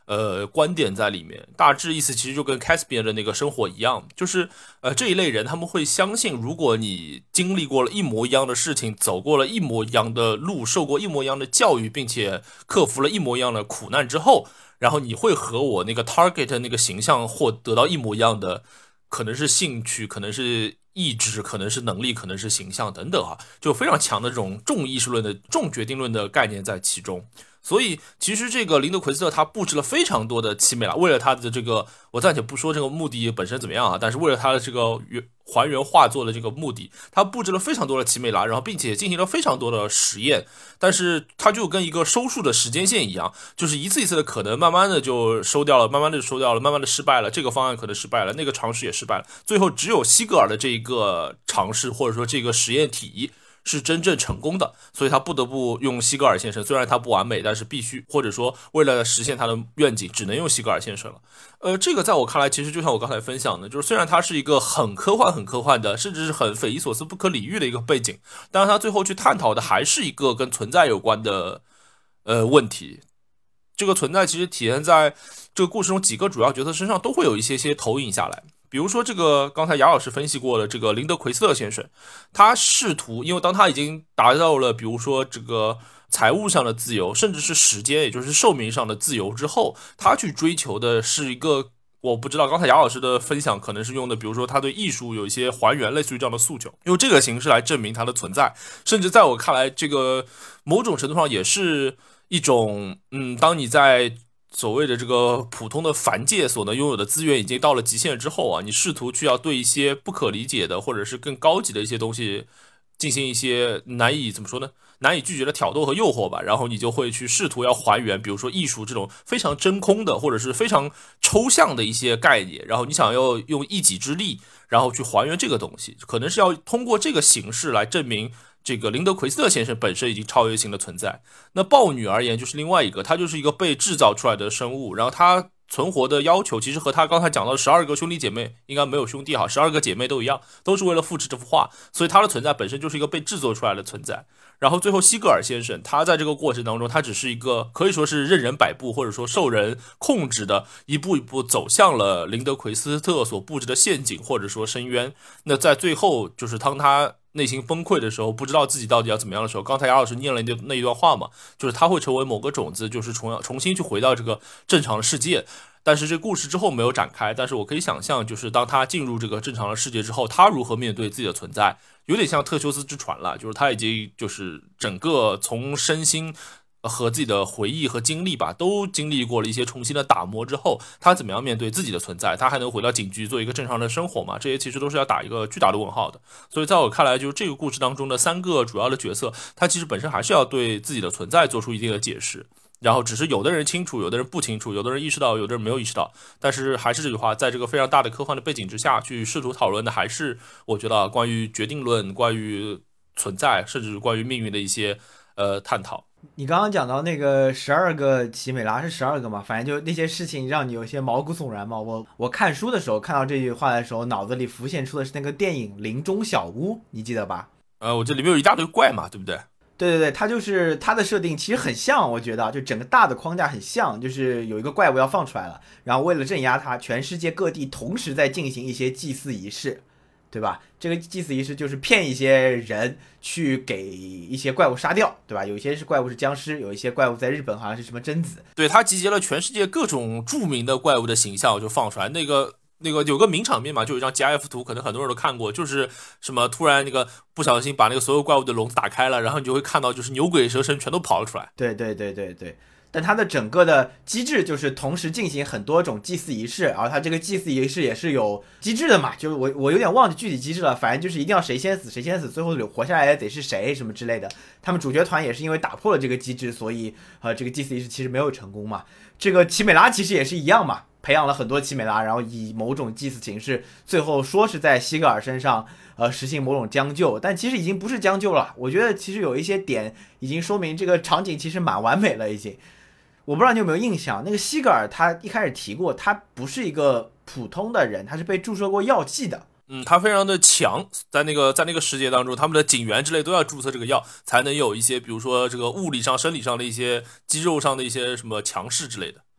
Speaker 2: 观点在里面，大致意思其实就跟 Caspian 的那个生活一样，就是这一类人他们会相信，如果你经历过了一模一样的事情，走过了一模一样的路，受过一模一样的教育，并且克服了一模一样的苦难之后，然后你会和我那个 target 那个形象或得到一模一样的，可能是兴趣，可能是意志，可能是能力，可能是形象等等啊，就非常强的这种重意识论的重决定论的概念在其中。所以其实这个林德奎斯特他布置了非常多的奇美拉，为了他的这个，我暂且不说这个目的本身怎么样啊，但是为了他的这个还原画作的这个目的，他布置了非常多的奇美拉，然后并且进行了非常多的实验，但是他就跟一个收束的时间线一样，就是一次一次的可能慢慢的就收掉了，慢慢的收掉了，慢慢的失败了，这个方案可能失败了，那个尝试也失败了，最后只有西格尔的这一个尝试或者说这个实验体是真正成功的，所以他不得不用西格尔先生，虽然他不完美，但是必须或者说为了实现他的愿景，只能用西格尔先生了。这个在我看来，其实就像我刚才分享的，就是虽然它是一个很科幻的，甚至是很匪夷所思、不可理喻的一个背景，但是他最后去探讨的还是一个跟存在有关的问题。这个存在其实体现在这个故事中几个主要角色身上，都会有一些投影下来。比如说这个刚才雅老师分析过的这个林德奎斯特先生，他试图，因为当他已经达到了比如说这个财务上的自由，甚至是时间也就是寿命上的自由之后，他去追求的是一个，我不知道刚才雅老师的分享可能是用的比如说他对艺术有一些还原，类似于这样的诉求，用这个形式来证明它的存在，甚至在我看来这个某种程度上也是一种当你在所谓的这个普通的凡界所能拥有的资源已经到了极限之后啊，你试图去要对一些不可理解的或者是更高级的一些东西进行一些难以拒绝的挑逗和诱惑吧，然后你就会去试图要还原，比如说艺术这种非常真空的或者是非常抽象的一些概念，然后你想要用一己之力，然后去还原这个东西，可能是要通过这个形式来证明这个林德奎斯特先生本身已经超越性的存在。那豹女而言就是另外一个，她就是一个被制造出来的生物，然后她存活的要求其实和她刚才讲到的12个兄弟姐妹，应该没有兄弟哈，12个姐妹都一样，都是为了复制这幅画，所以她的存在本身就是一个被制作出来的存在。然后最后西格尔先生，他在这个过程当中，他只是一个可以说是任人摆布或者说受人控制的，一步一步走向了林德奎斯特所布置的陷阱或者说深渊。那在最后就是当他内心崩溃的时候，不知道自己到底要怎么样的时候，刚才雅老师念了那一段话嘛，就是他会成为某个种子，就是重新去回到这个正常的世界。但是这故事之后没有展开，但是我可以想象，就是当他进入这个正常的世界之后，他如何面对自己的存在，有点像特修斯之船了，就是他已经就是整个从身心和自己的回忆和经历吧，都经历过了一些重新的打磨之后，他怎么样面对自己的存在，他还能回到警局做一个正常的生活吗？这些其实都是要打一个巨大的问号的。所以在我看来，就是这个故事当中的3个主要的角色，他其实本身还是要对自己的存在做出一定的解释，然后只是有的人清楚，有的人不清楚，有的人意识到，有的人没有意识到。但是还是这句话，在这个非常大的科幻的背景之下去试图讨论的，还是我觉得关于决定论、关于存在，甚至关于命运的一些探讨。
Speaker 1: 你刚刚讲到那个12个奇美拉是12个嘛，反正就那些事情让你有些毛骨悚然嘛。我看书的时候看到这句话的时候，脑子里浮现出的是那个电影《林中小屋》，你记得吧？
Speaker 2: 我这里面有一大堆怪嘛，对不对？
Speaker 1: 对对对，它就是它的设定其实很像，我觉得就整个大的框架很像，就是有一个怪物要放出来了，然后为了镇压它，全世界各地同时在进行一些祭祀仪式，对吧？这个祭祀仪式就是骗一些人去给一些怪物杀掉，对吧？有一些是怪物是僵尸，有一些怪物在日本好像是什么贞子。
Speaker 2: 对，他集结了全世界各种著名的怪物的形象就放出来，那个有个名场面嘛，就有一张 GIF 图，可能很多人都看过，就是什么突然那个不小心把那个所有怪物的笼子打开了，然后你就会看到就是牛鬼蛇神全都跑了出来。
Speaker 1: 对对对对对。但它的整个的机制就是同时进行很多种祭祀仪式，然后它这个祭祀仪式也是有机制的嘛，就是我有点忘记具体机制了，反正就是一定要谁先死谁先死，最后活下来的得是谁什么之类的。他们主角团也是因为打破了这个机制，所以这个祭祀仪式其实没有成功嘛。这个奇美拉其实也是一样嘛，培养了很多奇美拉，然后以某种祭祀形式，最后说是在西格尔身上实行某种将就，但其实已经不是将就了。我觉得其实有一些点已经说明这个场景其实蛮完美了已经。我不知道你有没有印象，那个西格尔他一开始提过，他不是一个普通的人，他是被注射过药剂的。
Speaker 2: 他非常的强，在那个世界当中，他们的警员之类都要注册这个药，才能有一些比如说这个物理上、生理上的一些肌肉上的一些什么强势之类的。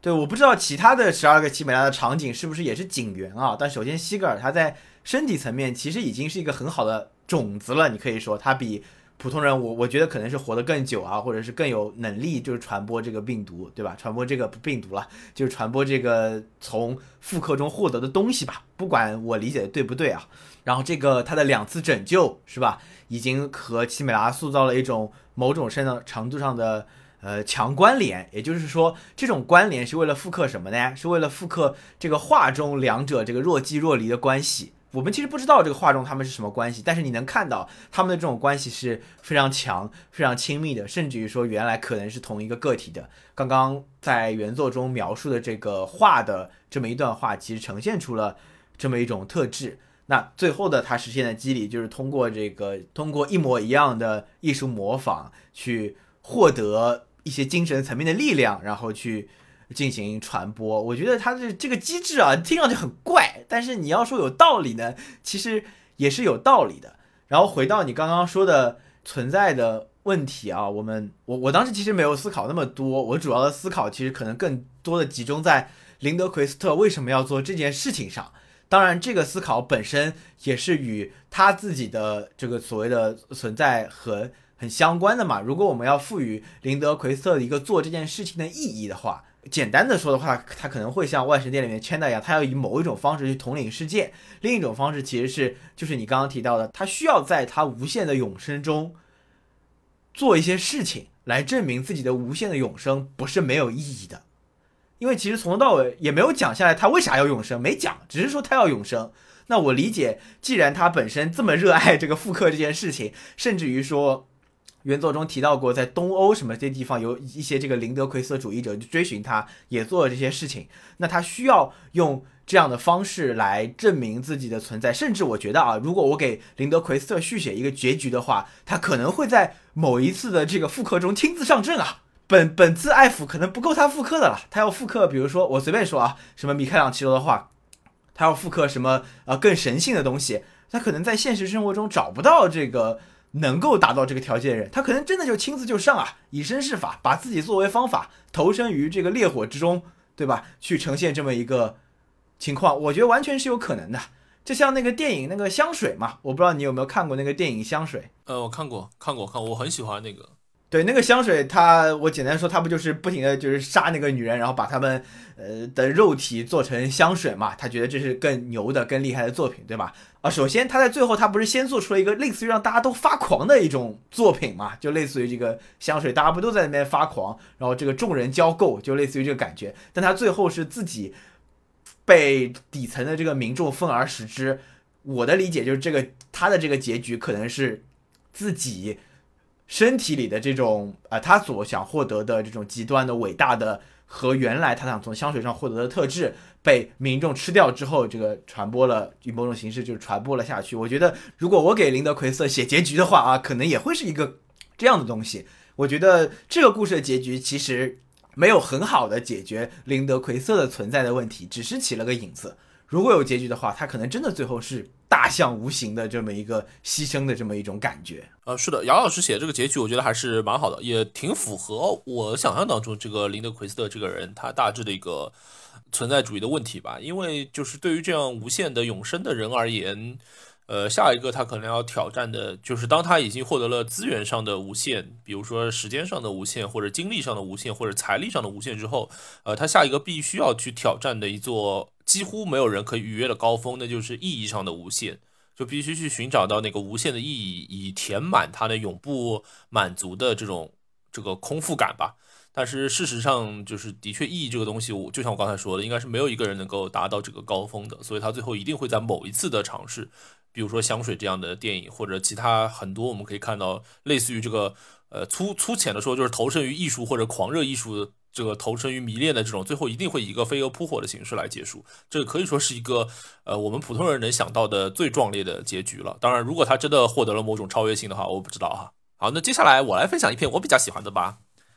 Speaker 1: 对，我不知道其他的12个奇美拉的场景是不是也是警员啊？但首先西格尔他在身体层面其实已经是一个很好的种子了，你可以说他比普通人我觉得可能是活得更久啊，或者是更有能力就是传播这个病毒，对吧？传播这个病毒了，就是传播这个从复刻中获得的东西吧，不管我理解的对不对啊。然后这个他的2次拯救是吧，已经和奇美拉塑造了一种某种程度上的强关联，也就是说，这种关联是为了复刻什么呢？是为了复刻这个画中两者这个若即若离的关系。我们其实不知道这个画中他们是什么关系，但是你能看到他们的这种关系是非常强、非常亲密的，甚至于说原来可能是同一个个体的。刚刚在原作中描述的这个画的这么一段话，其实呈现出了这么一种特质。那最后的它实现的机理就是通过一模一样的艺术模仿去获得一些精神层面的力量，然后去进行传播。我觉得它的这个机制啊，听上去很怪，但是你要说有道理呢，其实也是有道理的。然后回到你刚刚说的存在的问题啊，我当时其实没有思考那么多，我主要的思考其实可能更多的集中在林德奎斯特为什么要做这件事情上。当然，这个思考本身也是与他自己的这个所谓的存在很相关的嘛。如果我们要赋予林德奎斯特的一个做这件事情的意义的话，简单的说的话，他可能会像万神殿里面签的一样，他要以某一种方式去统领世界，另一种方式其实是就是你刚刚提到的，他需要在他无限的永生中做一些事情来证明自己的无限的永生不是没有意义的。因为其实从头到尾也没有讲下来他为啥要永生，没讲，只是说他要永生。那我理解，既然他本身这么热爱这个复刻这件事情，甚至于说原作中提到过，在东欧什么这些地方有一些这个林德奎斯特主义者追寻他，也做了这些事情。那他需要用这样的方式来证明自己的存在。甚至我觉得啊，如果我给林德奎斯特续写一个结局的话，他可能会在某一次的这个复刻中亲自上阵啊。本次艾弗可能不够他复刻的了，他要复刻，比如说我随便说啊，什么米开朗基罗的画，他要复刻什么更神性的东西，他可能在现实生活中找不到这个能够达到这个条件的人，他可能真的就亲自就上啊，以身试法，把自己作为方法，投身于这个烈火之中，对吧？去呈现这么一个情况，我觉得完全是有可能的。就像那个电影那个香水嘛，我不知道你有没有看过那个电影香水？
Speaker 2: 我看过，我很喜欢那个。
Speaker 1: 对，那个香水我简单说，它不就是不停的就是杀那个女人，然后把他们的肉体做成香水嘛？他觉得这是更牛的、更厉害的作品，对吧？首先他在最后他不是先做出了一个类似于让大家都发狂的一种作品嘛？就类似于这个香水，大家不都在那边发狂，然后这个众人交媾，就类似于这个感觉。但他最后是自己被底层的这个民众分而食之。我的理解就是他的这个结局可能是自己身体里的这种他所想获得的这种极端的伟大的和原来他想从香水上获得的特质被民众吃掉之后，这个传播了，以某种形式就传播了下去。我觉得如果我给林德奎斯特写结局的话啊，可能也会是一个这样的东西。我觉得这个故事的结局其实没有很好的解决林德奎斯特的存在的问题，只是起了个影子。如果有结局的话，他可能真的最后是大象无形的这么一个牺牲的这么一种感觉。
Speaker 2: 是的，姚老师写这个结局，我觉得还是蛮好的，也挺符合我想象当中这个林德奎斯特这个人他大致的一个存在主义的问题吧。因为就是对于这样无限的永生的人而言，下一个他可能要挑战的就是当他已经获得了资源上的无限，比如说时间上的无限，或者精力上的无限，或者财力上的无限之后，他下一个必须要去挑战的一座几乎没有人可以逾越的高峰，那就是意义上的无限。就必须去寻找到那个无限的意义，以填满他的永不满足的这个空腹感吧。但是事实上，就是的确意义这个东西，就像我刚才说的，应该是没有一个人能够达到这个高峰的，所以他最后一定会在某一次的尝试，比如说香水这样的电影，或者其他很多我们可以看到类似于这个粗浅的说，就是投身于艺术或者狂热艺术这个投身于迷恋的这种，最后一定会以一个飞蛾扑火的形式来结束。这个可以说是一个我们普通人能想到的最壮烈的结局了。当然，如果他真的获得了某种超越性的话，我不知道哈。好，那接下来我来分享一篇我比较喜欢的吧。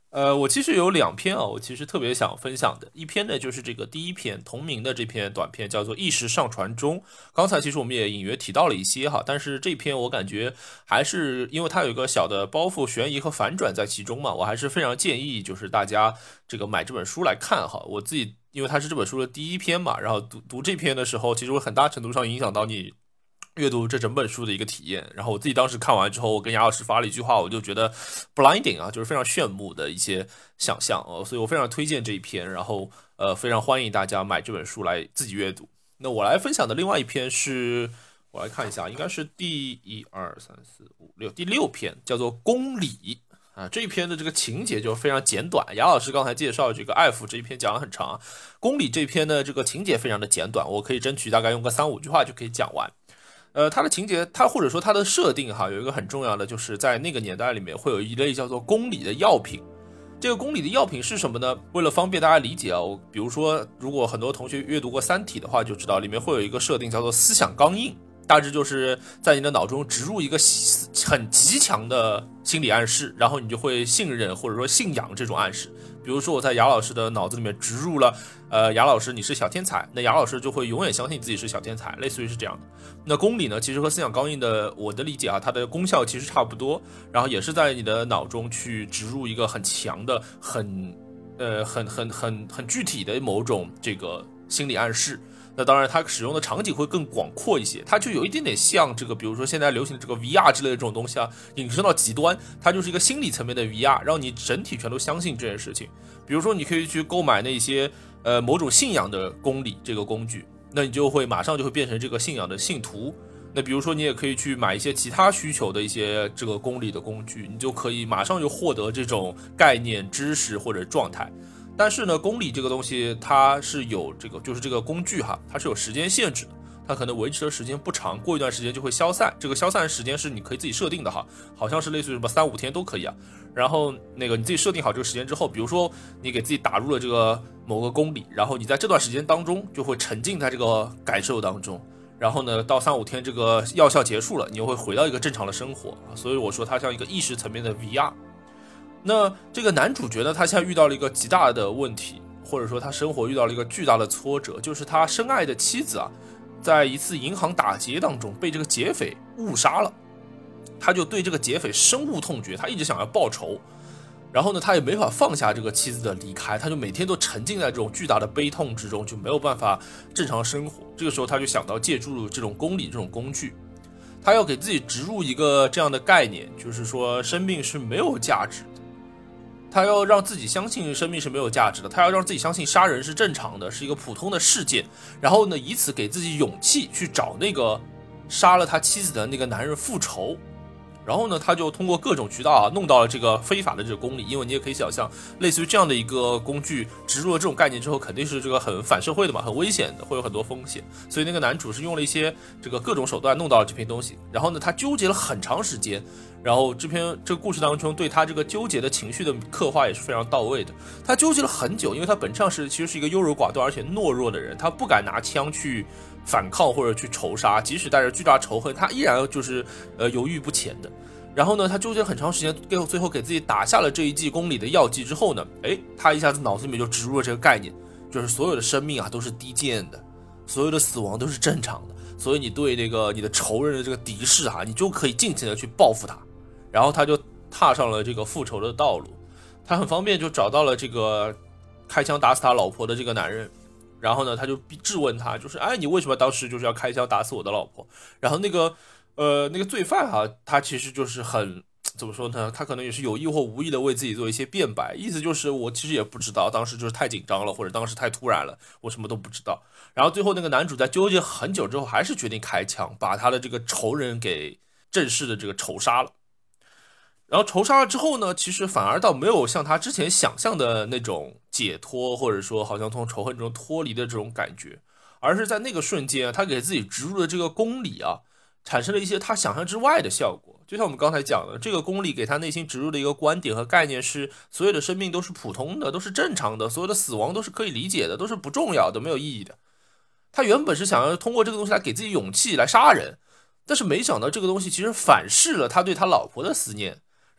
Speaker 2: 我其实有2篇啊，我其实特别想分享的。一篇呢，就是这个第一篇同名的这篇短片，叫做《意识上传中》。刚才其实我们也隐约提到了一些哈，但是这篇我感觉还是因为它有一个小的包袱、悬疑和反转在其中嘛，我还是非常建议就是大家这个买这本书来看哈。我自己因为它是这本书的第一篇嘛，然后读这篇的时候，其实会很大程度上影响到你阅读这整本书的一个体验。然后我自己当时看完之后，我跟杨老师发了一句话，我就觉得 blinding 啊，就是非常炫目的一些想象哦，所以我非常推荐这一篇，然后非常欢迎大家买这本书来自己阅读。那我来分享的另外一篇是，我来看一下，应该是第六篇，叫做公理。啊，这一篇的这个情节就非常简短。杨老师刚才介绍这个爱抚这一篇讲得很长，公理这篇的这个情节非常的简短，我可以争取大概用个3-5句话就可以讲完。它的情节，它或者说它的设定哈，有一个很重要的，就是在那个年代里面会有一类叫做公理的药品。这个公理的药品是什么呢？为了方便大家理解啊，比如说如果很多同学阅读过《三体》的话，就知道里面会有一个设定叫做思想钢印，大致就是在你的脑中植入一个很极强的心理暗示，然后你就会信任或者说信仰这种暗示。比如说我在雅老师的脑子里面植入了雅老师你是小天才，那雅老师就会永远相信自己是小天才，类似于是这样的。那公理呢，其实和思想钢印的我的理解啊，它的功效其实差不多，然后也是在你的脑中去植入一个很强的很具体的某种这个心理暗示。那当然它使用的场景会更广阔一些，它就有一点点像这个比如说现在流行的这个 VR 之类的这种东西啊，引申到极端，它就是一个心理层面的 VR， 让你整体全都相信这件事情。比如说你可以去购买那些某种信仰的公理这个工具，那你就会马上就会变成这个信仰的信徒。那比如说你也可以去买一些其他需求的一些这个公理的工具，你就可以马上就获得这种概念知识或者状态。但是呢，公理这个东西它是有这个，就是这个工具哈，它是有时间限制的，它可能维持的时间不长，过一段时间就会消散。这个消散时间是你可以自己设定的哈，好像是类似于什么3-5天都可以啊。然后那个你自己设定好这个时间之后，比如说你给自己打入了这个某个公理，然后你在这段时间当中就会沉浸在这个感受当中。然后呢，到3-5天这个药效结束了，你又会回到一个正常的生活。所以我说它像一个意识层面的 VR。那这个男主角呢，他现在遇到了一个极大的问题，或者说他生活遇到了一个巨大的挫折，就是他深爱的妻子啊，在一次银行打劫当中被这个劫匪误杀了。他就对这个劫匪深恶痛绝，他一直想要报仇。然后呢，他也没法放下这个妻子的离开，他就每天都沉浸在这种巨大的悲痛之中，就没有办法正常生活。这个时候他就想到借助这种公理这种工具，他要给自己植入一个这样的概念，就是说生命是没有价值的。他要让自己相信生命是没有价值的，他要让自己相信杀人是正常的，是一个普通的事件，然后呢，以此给自己勇气去找那个杀了他妻子的那个男人复仇。然后呢，他就通过各种渠道啊，弄到了这个非法的这个公理，因为你也可以想象，类似于这样的一个工具植入了这种概念之后，肯定是这个很反社会的嘛，很危险的，会有很多风险。所以那个男主是用了一些这个各种手段弄到了这篇东西。然后呢，他纠结了很长时间，然后这个故事当中对他这个纠结的情绪的刻画也是非常到位的。他纠结了很久，因为他本质上其实是一个优柔寡断而且懦弱的人，他不敢拿枪去反抗或者去仇杀，即使带着巨大仇恨，他依然就是犹豫不前的。然后呢，他纠结很长时间，最后给自己打下了这一剂公理的药剂之后呢，他一下子脑子里面就植入了这个概念，就是所有的生命啊都是低贱的，所有的死亡都是正常的，所以你对那个你的仇人的这个敌视啊，你就可以尽情的去报复他。然后他就踏上了这个复仇的道路，他很方便就找到了这个开枪打死他老婆的这个男人。然后呢，他就质问他，就是你为什么当时就是要开枪打死我的老婆？然后那个罪犯啊，他其实就是很怎么说呢？他可能也是有意或无意的为自己做一些辩白，意思就是我其实也不知道，当时就是太紧张了，或者当时太突然了，我什么都不知道。然后最后那个男主在纠结很久之后，还是决定开枪，把他的这个仇人给正式的这个仇杀了。然后仇杀了之后呢，其实反而倒没有像他之前想象的那种解脱，或者说好像从仇恨中脱离的这种感觉，而是在那个瞬间，他给自己植入的这个公理啊，产生了一些他想象之外的效果。就像我们刚才讲的，这个公理给他内心植入的一个观点和概念是，所有的生命都是普通的，都是正常的，所有的死亡都是可以理解的，都是不重要的，没有意义的。他原本是想要通过这个东西来给自己勇气来杀人，但是没想到这个东西其实反噬了他对他老婆的思念，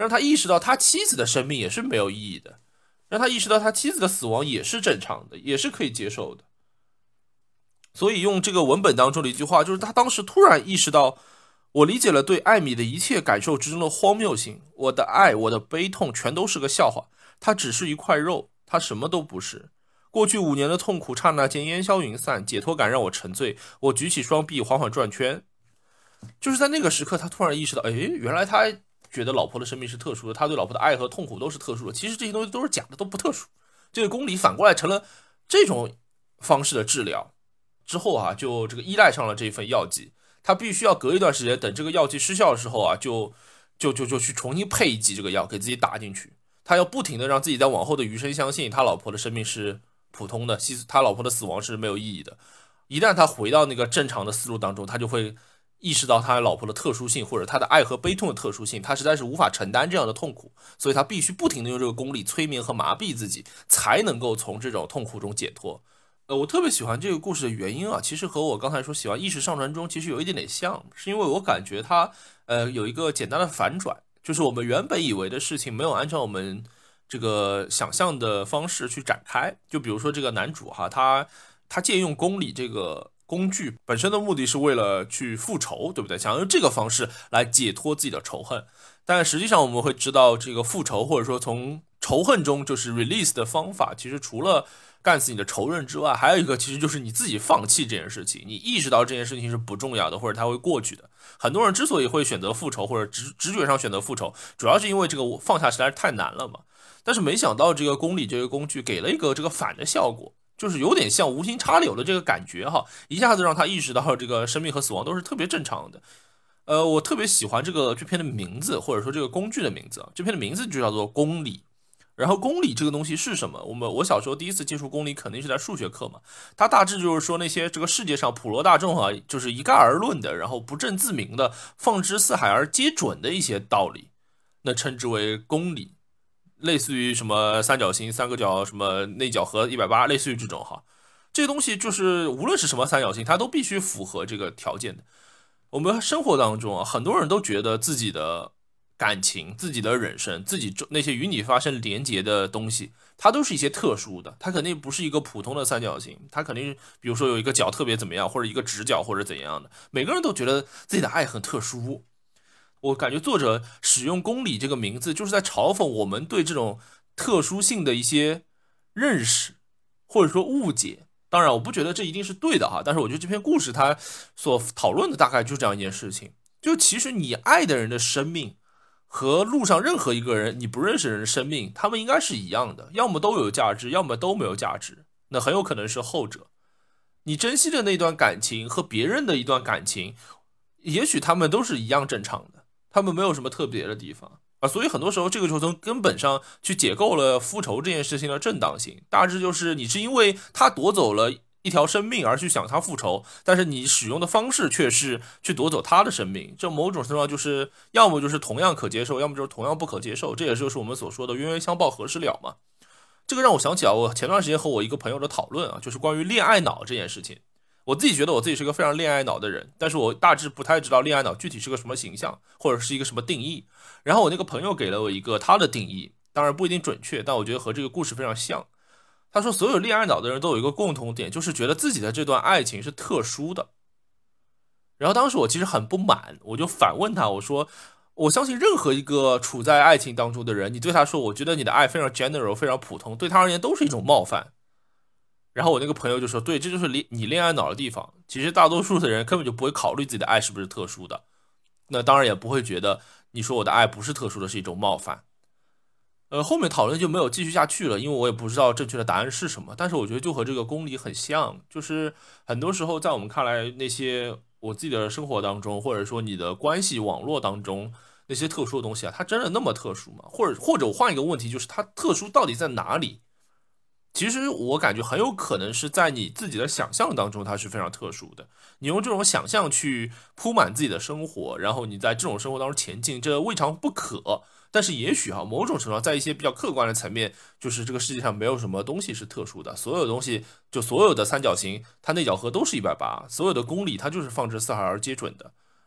Speaker 2: 让他意识到他妻子的生命也是没有意义的，让他意识到他妻子的死亡也是正常的，也是可以接受的。所以用这个文本当中的一句话，就是他当时突然意识到，我理解了对艾米的一切感受之中的荒谬性，我的爱，我的悲痛全都是个笑话，它只是一块肉，它什么都不是。过去5年的痛苦刹那间烟消云散，解脱感让我沉醉，我举起双臂缓缓转圈。就是在那个时刻，他突然意识到，原来他觉得老婆的生命是特殊的，他对老婆的爱和痛苦都是特殊的，其实这些东西都是假的，都不特殊。这个公理反过来成了这种方式的治疗之后啊，就这个依赖上了这份药剂，他必须要隔一段时间，等这个药剂失效的时候啊，就去重新配一剂这个药给自己打进去。他要不停的让自己在往后的余生相信他老婆的生命是普通的，他老婆的死亡是没有意义的。一旦他回到那个正常的思路当中，他就会意识到他老婆的特殊性，或者他的爱和悲痛的特殊性，他实在是无法承担这样的痛苦，所以他必须不停的用这个功力催眠和麻痹自己，才能够从这种痛苦中解脱。我特别喜欢这个故事的原因啊，其实和我刚才说喜欢意识上传中其实有一点点像，是因为我感觉它有一个简单的反转，就是我们原本以为的事情没有按照我们这个想象的方式去展开。就比如说这个男主哈，他借用公理这个工具本身的目的是为了去复仇，对不对？想用这个方式来解脱自己的仇恨，但实际上我们会知道，这个复仇或者说从仇恨中就是 release 的方法，其实除了干死你的仇人之外，还有一个其实就是你自己放弃这件事情，你意识到这件事情是不重要的，或者它会过去的。很多人之所以会选择复仇，或者直觉上选择复仇，主要是因为这个放下实在是太难了嘛。但是没想到这个公理这个工具给了一个这个反的效果，就是有点像无心插柳的这个感觉哈，一下子让他意识到这个生命和死亡都是特别正常的。我特别喜欢这篇的名字，或者说这个工具的名字，这篇的名字就叫做公理。然后公理这个东西是什么？我小时候第一次接触公理肯定是在数学课嘛，它大致就是说那些这个世界上普罗大众啊，就是一概而论的，然后不证自明的，放之四海而皆准的一些道理，那称之为公理。类似于什么三角形三个角什么内角和180，类似于这种哈，这些东西就是无论是什么三角形，它都必须符合这个条件的。我们生活当中啊，很多人都觉得自己的感情、自己的人生、自己那些与你发生连结的东西，它都是一些特殊的，它肯定不是一个普通的三角形，它肯定是比如说有一个角特别怎么样，或者一个直角或者怎样的，每个人都觉得自己的爱很特殊。我感觉作者使用公理这个名字，就是在嘲讽我们对这种特殊性的一些认识，或者说误解。当然我不觉得这一定是对的哈，但是我觉得这篇故事它所讨论的大概就是这样一件事情，就其实你爱的人的生命和路上任何一个人你不认识的人的生命，他们应该是一样的，要么都有价值，要么都没有价值，那很有可能是后者。你珍惜的那段感情和别人的一段感情，也许他们都是一样正常的，他们没有什么特别的地方啊，所以很多时候这个就从根本上去解构了复仇这件事情的正当性。大致就是你是因为他夺走了一条生命而去想他复仇，但是你使用的方式却是去夺走他的生命，这某种程度上就是要么就是同样可接受，要么就是同样不可接受，这也就是我们所说的冤冤相报何时了嘛。这个让我想起我前段时间和我一个朋友的讨论啊，就是关于恋爱脑这件事情。我自己觉得我自己是个非常恋爱脑的人，但是我大致不太知道恋爱脑具体是个什么形象，或者是一个什么定义。然后我那个朋友给了我一个他的定义，当然不一定准确，但我觉得和这个故事非常像。他说所有恋爱脑的人都有一个共同点，就是觉得自己的这段爱情是特殊的。然后当时我其实很不满，我就反问他，我说我相信任何一个处在爱情当中的人，你对他说我觉得你的爱非常 general 非常普通，对他而言都是一种冒犯。然后我那个朋友就说，对，这就是你恋爱脑的地方，其实大多数的人根本就不会考虑自己的爱是不是特殊的，那当然也不会觉得你说我的爱不是特殊的是一种冒犯。后面讨论就没有继续下去了，因为我也不知道正确的答案是什么，但是我觉得就和这个公理很像，就是很多时候在我们看来，那些我自己的生活当中，或者说你的关系网络当中那些特殊的东西啊，它真的那么特殊吗？或者我换一个问题，就是它特殊到底在哪里？其实我感觉很有可能是在你自己的想象当中它是非常特殊的，你用这种想象去铺满自己的生活，然后你在这种生活当中前进，这未尝不可。但是也许某种程度上在一些比较客观的层面，就是这个世界上没有什么东西是特殊的，所有东西就所有的三角形它内角和都是180，所有的公理它就是放之四海而皆准的。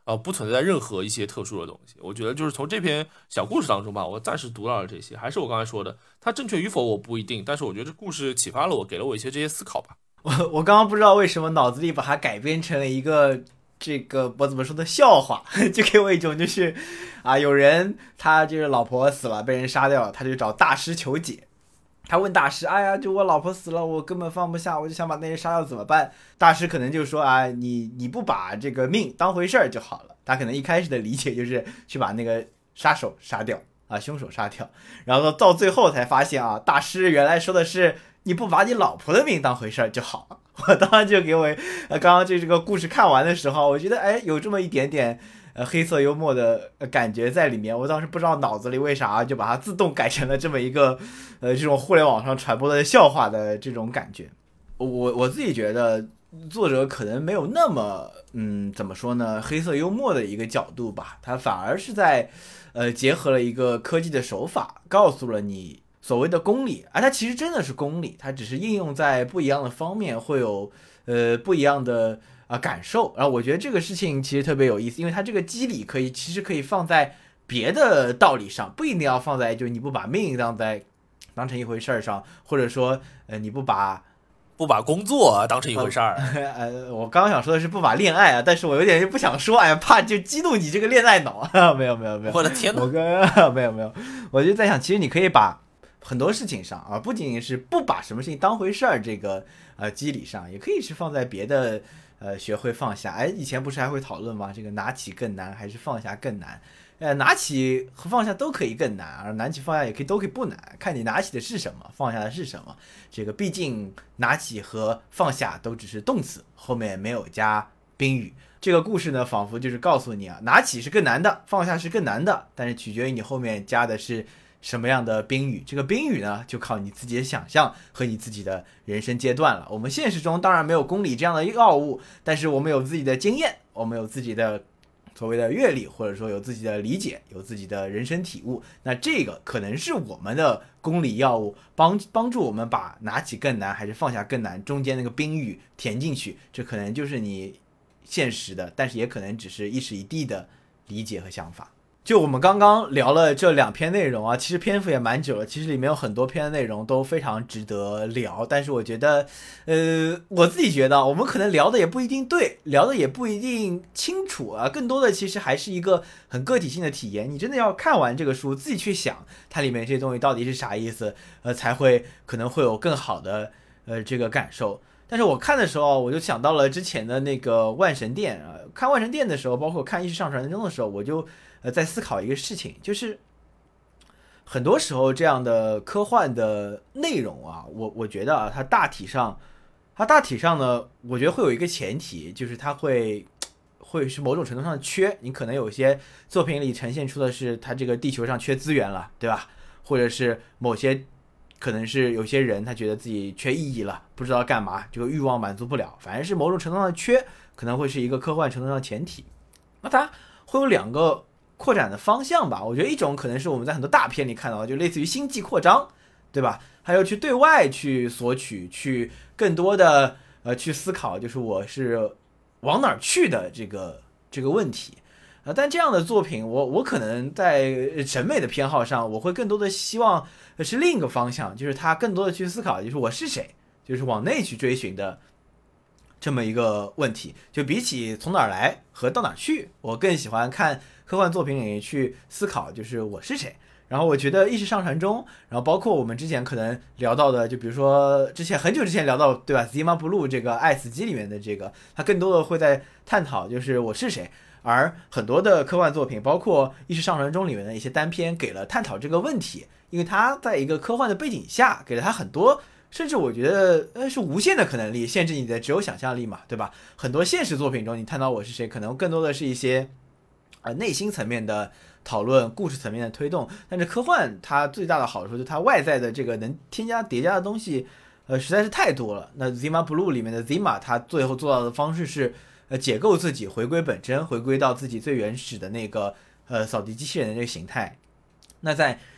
Speaker 2: 不存在任何一些特殊的东西。我觉得就是从这篇小故事当中吧，我暂时读到了这些。还是我刚才说的，它正确与否我不一定，但是我觉得这故事启发了我，给了我一些这些思考吧。
Speaker 1: 我刚刚不知道为什么脑子里把它改编成了一个这个我怎么说的笑话，就给我一种就是有人他就是老婆死了被人杀掉了，他就找大师求解。他问大师：“哎呀，就我老婆死了，我根本放不下，我就想把那人杀掉，怎么办？”大师可能就说：“你不把这个命当回事儿就好了。”他可能一开始的理解就是去把那个杀手杀掉凶手杀掉，然后到最后才发现大师原来说的是你不把你老婆的命当回事儿就好了。我当时就给我刚刚这个故事看完的时候，我觉得有这么一点点。黑色幽默的感觉在里面，我当时不知道脑子里为啥就把它自动改成了这么一个这种互联网上传播的笑话的这种感觉。我自己觉得作者可能没有那么怎么说呢，黑色幽默的一个角度吧，他反而是在结合了一个科技的手法，告诉了你所谓的公理，它其实真的是公理，它只是应用在不一样的方面会有不一样的感受。然后我觉得这个事情其实特别有意思，因为它这个机理其实可以放在别的道理上，不一定要放在就你不把命当成一回事儿上，或者说你不把
Speaker 2: 工作当成一回事儿。
Speaker 1: 我刚刚想说的是不把恋爱但是我有点不想说，怕就激怒你这个恋爱脑。没有，
Speaker 2: 我的天哪！
Speaker 1: 没有，我就在想，其实你可以把很多事情上不仅仅是不把什么事情当回事儿这个机理上，也可以是放在别的学会放下。以前不是还会讨论吗？这个拿起更难还是放下更难？拿起和放下都可以更难，而拿起放下都可以不难，看你拿起的是什么，放下的是什么。这个毕竟拿起和放下都只是动词，后面没有加宾语。这个故事呢，仿佛就是告诉你拿起是更难的，放下是更难的，但是取决于你后面加的是什么样的宾语。这个宾语呢，就靠你自己的想象和你自己的人生阶段了。我们现实中当然没有公理这样的药物，但是我们有自己的经验，我们有自己的所谓的阅历，或者说有自己的理解，有自己的人生体悟。那这个可能是我们的公理药物，帮助我们把拿起更难还是放下更难中间那个宾语填进去。这可能就是你现实的，但是也可能只是一时一地的理解和想法。就我们刚刚聊了这2篇内容其实篇幅也蛮久了，其实里面有很多篇的内容都非常值得聊，但是我觉得我自己觉得我们可能聊的也不一定对，聊的也不一定清楚更多的其实还是一个很个体性的体验。你真的要看完这个书自己去想它里面这些东西到底是啥意思才可能会有更好的这个感受。但是我看的时候我就想到了之前的那个万神殿看万神殿的时候，包括看异世上传中的时候，我就在思考一个事情，就是很多时候这样的科幻的内容我觉得它大体上呢，我觉得会有一个前提，就是它会是某种程度上的缺。你可能有些作品里呈现出的是它这个地球上缺资源了，对吧？或者是某些可能是有些人他觉得自己缺意义了，不知道干嘛，这个欲望满足不了，反正是某种程度上的缺，可能会是一个科幻程度上的前提。那它会有2个扩展的方向吧。我觉得一种可能是我们在很多大片里看到的，就类似于星际扩张，对吧？还有去对外去索取，去更多的去思考，就是我是往哪儿去的这个问题但这样的作品我可能在审美的偏好上，我会更多的希望是另一个方向，就是他更多的去思考就是我是谁，就是往内去追寻的这么一个问题。就比起从哪儿来和到哪儿去，我更喜欢看科幻作品里去思考就是我是谁。然后我觉得意识上传中，然后包括我们之前可能聊到的，就比如说很久之前聊到，对吧 Zima Blue 这个爱死机里面的这个，它更多的会在探讨就是我是谁。而很多的科幻作品，包括意识上传中里面的一些单篇，给了探讨这个问题，因为它在一个科幻的背景下，给了它很多，甚至我觉得是无限的可能力，限制你的只有想象力嘛，对吧？很多现实作品中，你探讨我是谁，可能更多的是一些内心层面的讨论，故事层面的推动。但是科幻它最大的好处就是它外在的这个能添加叠加的东西实在是太多了。那 Zima Blue 里面的 Zima 它最后做到的方式是解构自己，回归本真，回归到自己最原始的那个扫地机器人的这个形态。那在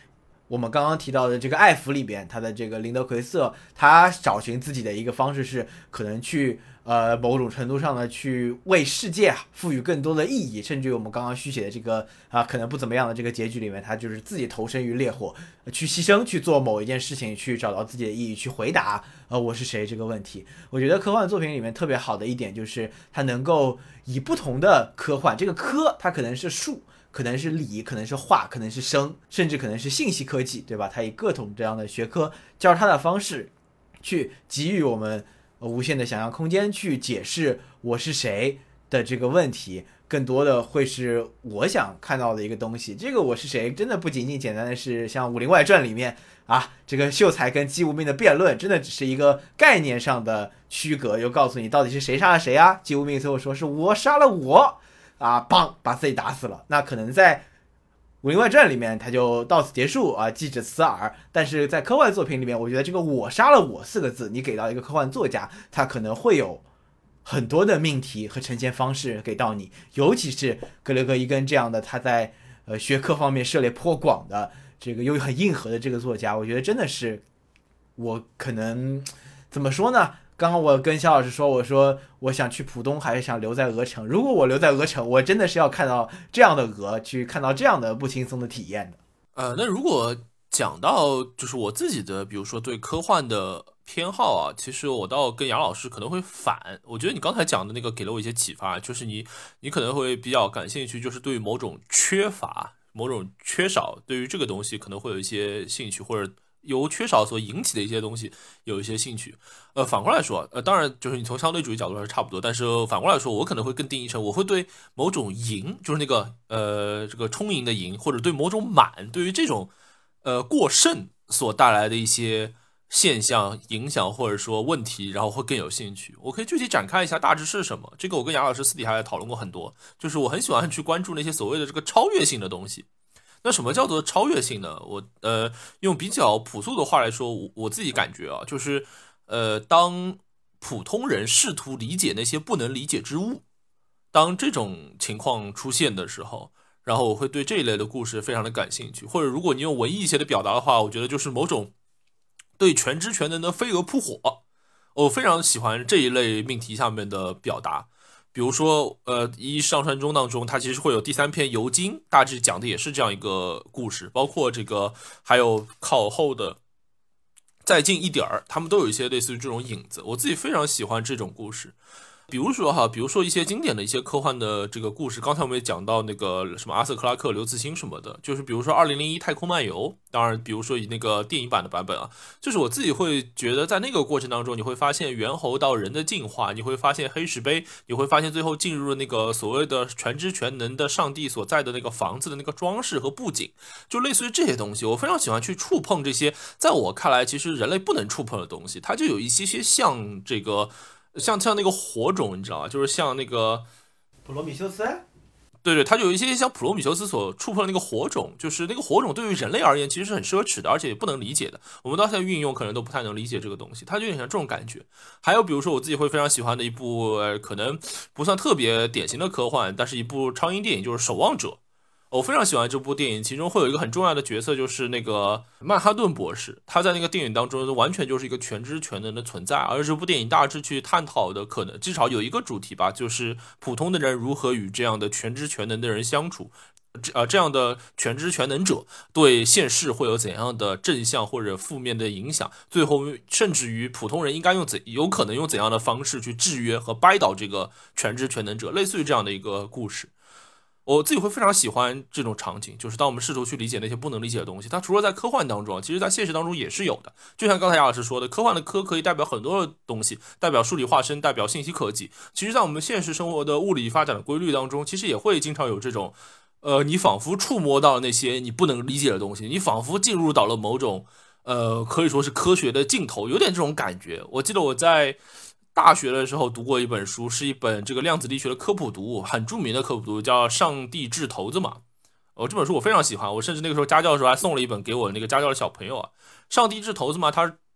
Speaker 1: 我们刚刚提到的这个艾弗里边，他的这个林德奎瑟，他找寻自己的一个方式是可能去某种程度上呢去为世界赋予更多的意义，甚至于我们刚刚续写的这个可能不怎么样的这个结局里面，他就是自己投身于烈火，去牺牲去做某一件事情，去找到自己的意义，去回答我是谁这个问题。我觉得科幻作品里面特别好的一点就是它能够以不同的科幻，这个科它可能是术，可能是理，可能是化，可能是生，甚至可能是信息科技，对吧？它以各种这样的学科交叉的方式去给予我们无限的想象空间，去解释我是谁的这个问题，更多的会是我想看到的一个东西。这个我是谁真的不仅仅简单的是像《武林外传》里面这个秀才跟姬无命的辩论，真的只是一个概念上的区隔，又告诉你到底是谁杀了谁啊？姬无命最后说是我杀了我邦把自己打死了。那可能在《武林外传》里面他就到此结束记者辞耳，但是在科幻作品里面，我觉得这个我杀了我4个字，你给到一个科幻作家，他可能会有很多的命题和呈现方式给到你，尤其是格雷格伊根这样的他在学科方面涉猎颇广的这个又很硬核的这个作家，我觉得真的是我可能怎么说呢？刚刚我跟肖老师说，我说我想去浦东，还是想留在鹅城。如果我留在鹅城，我真的是要看到这样的鹅，去看到这样的不轻松的体验的。
Speaker 2: 那如果讲到就是我自己的，比如说对科幻的偏好其实我倒跟杨老师可能会反。我觉得你刚才讲的那个给了我一些启发，就是你可能会比较感兴趣，就是对于某种缺乏、某种缺少，对于这个东西可能会有一些兴趣，或者由缺少所引起的一些东西有一些兴趣。反过来说，当然就是你从相对主义角度上是差不多，但是反过来说，我可能会更定义成我会对某种赢，就是那个这个充盈的赢，或者对某种满，对于这种过剩所带来的一些现象影响或者说问题，然后会更有兴趣。我可以具体展开一下大致是什么。这个我跟杨老师私底下也讨论过很多，就是我很喜欢去关注那些所谓的这个超越性的东西。那什么叫做超越性呢？我用比较朴素的话来说，我自己感觉就是当普通人试图理解那些不能理解之物，当这种情况出现的时候，然后我会对这一类的故事非常的感兴趣。或者如果你用文艺一些的表达的话，我觉得就是某种对全知全能的飞蛾扑火。我非常喜欢这一类命题下面的表达。比如说一上传中当中，它其实会有第3篇尤金，大致讲的也是这样一个故事，包括这个还有靠后的再近一点儿，他们都有一些类似于这种影子。我自己非常喜欢这种故事。比如说一些经典的一些科幻的这个故事，刚才我们也讲到那个什么阿瑟克拉克、刘慈欣什么的，就是比如说2001太空漫游，当然比如说以那个电影版的版本就是我自己会觉得在那个过程当中，你会发现猿猴到人的进化，你会发现黑石碑，你会发现最后进入了那个所谓的全知全能的上帝所在的那个房子的那个装饰和布景，就类似于这些东西，我非常喜欢去触碰这些在我看来其实人类不能触碰的东西，它就有一些像这个像那个火种，你知道吗？就是像那个
Speaker 1: 普罗米修斯。
Speaker 2: 对，它就有一些像普罗米修斯所触碰的那个火种，就是那个火种对于人类而言其实是很奢侈的，而且也不能理解的。我们到现在运用可能都不太能理解这个东西，它就有点像这种感觉。还有比如说我自己会非常喜欢的一部可能不算特别典型的科幻，但是一部超英电影，就是《守望者》。我非常喜欢这部电影，其中会有一个很重要的角色，就是那个曼哈顿博士。他在那个电影当中完全就是一个全知全能的存在，而这部电影大致去探讨的可能至少有一个主题吧，就是普通的人如何与这样的全知全能的人相处。这样的全知全能者对现世会有怎样的正向或者负面的影响？最后甚至于普通人应该有可能用怎样的方式去制约和掰倒这个全知全能者？类似于这样的一个故事。我自己会非常喜欢这种场景，就是当我们试图去理解那些不能理解的东西，它除了在科幻当中，其实在现实当中也是有的。就像刚才杨老师说的，科幻的科可以代表很多的东西，代表数理化身，代表信息科技。其实在我们现实生活的物理发展的规律当中，其实也会经常有这种你仿佛触摸到了那些你不能理解的东西，你仿佛进入到了某种可以说是科学的尽头，有点这种感觉。我记得我在大学的时候读过一本书，是一本这个量子力学的科普读物，很著名的科普读物，叫《上帝掷骰子》嘛。这本书我非常喜欢，我甚至那个时候家教的时候还送了一本给我那个家教的小朋友上帝掷骰子嘛，它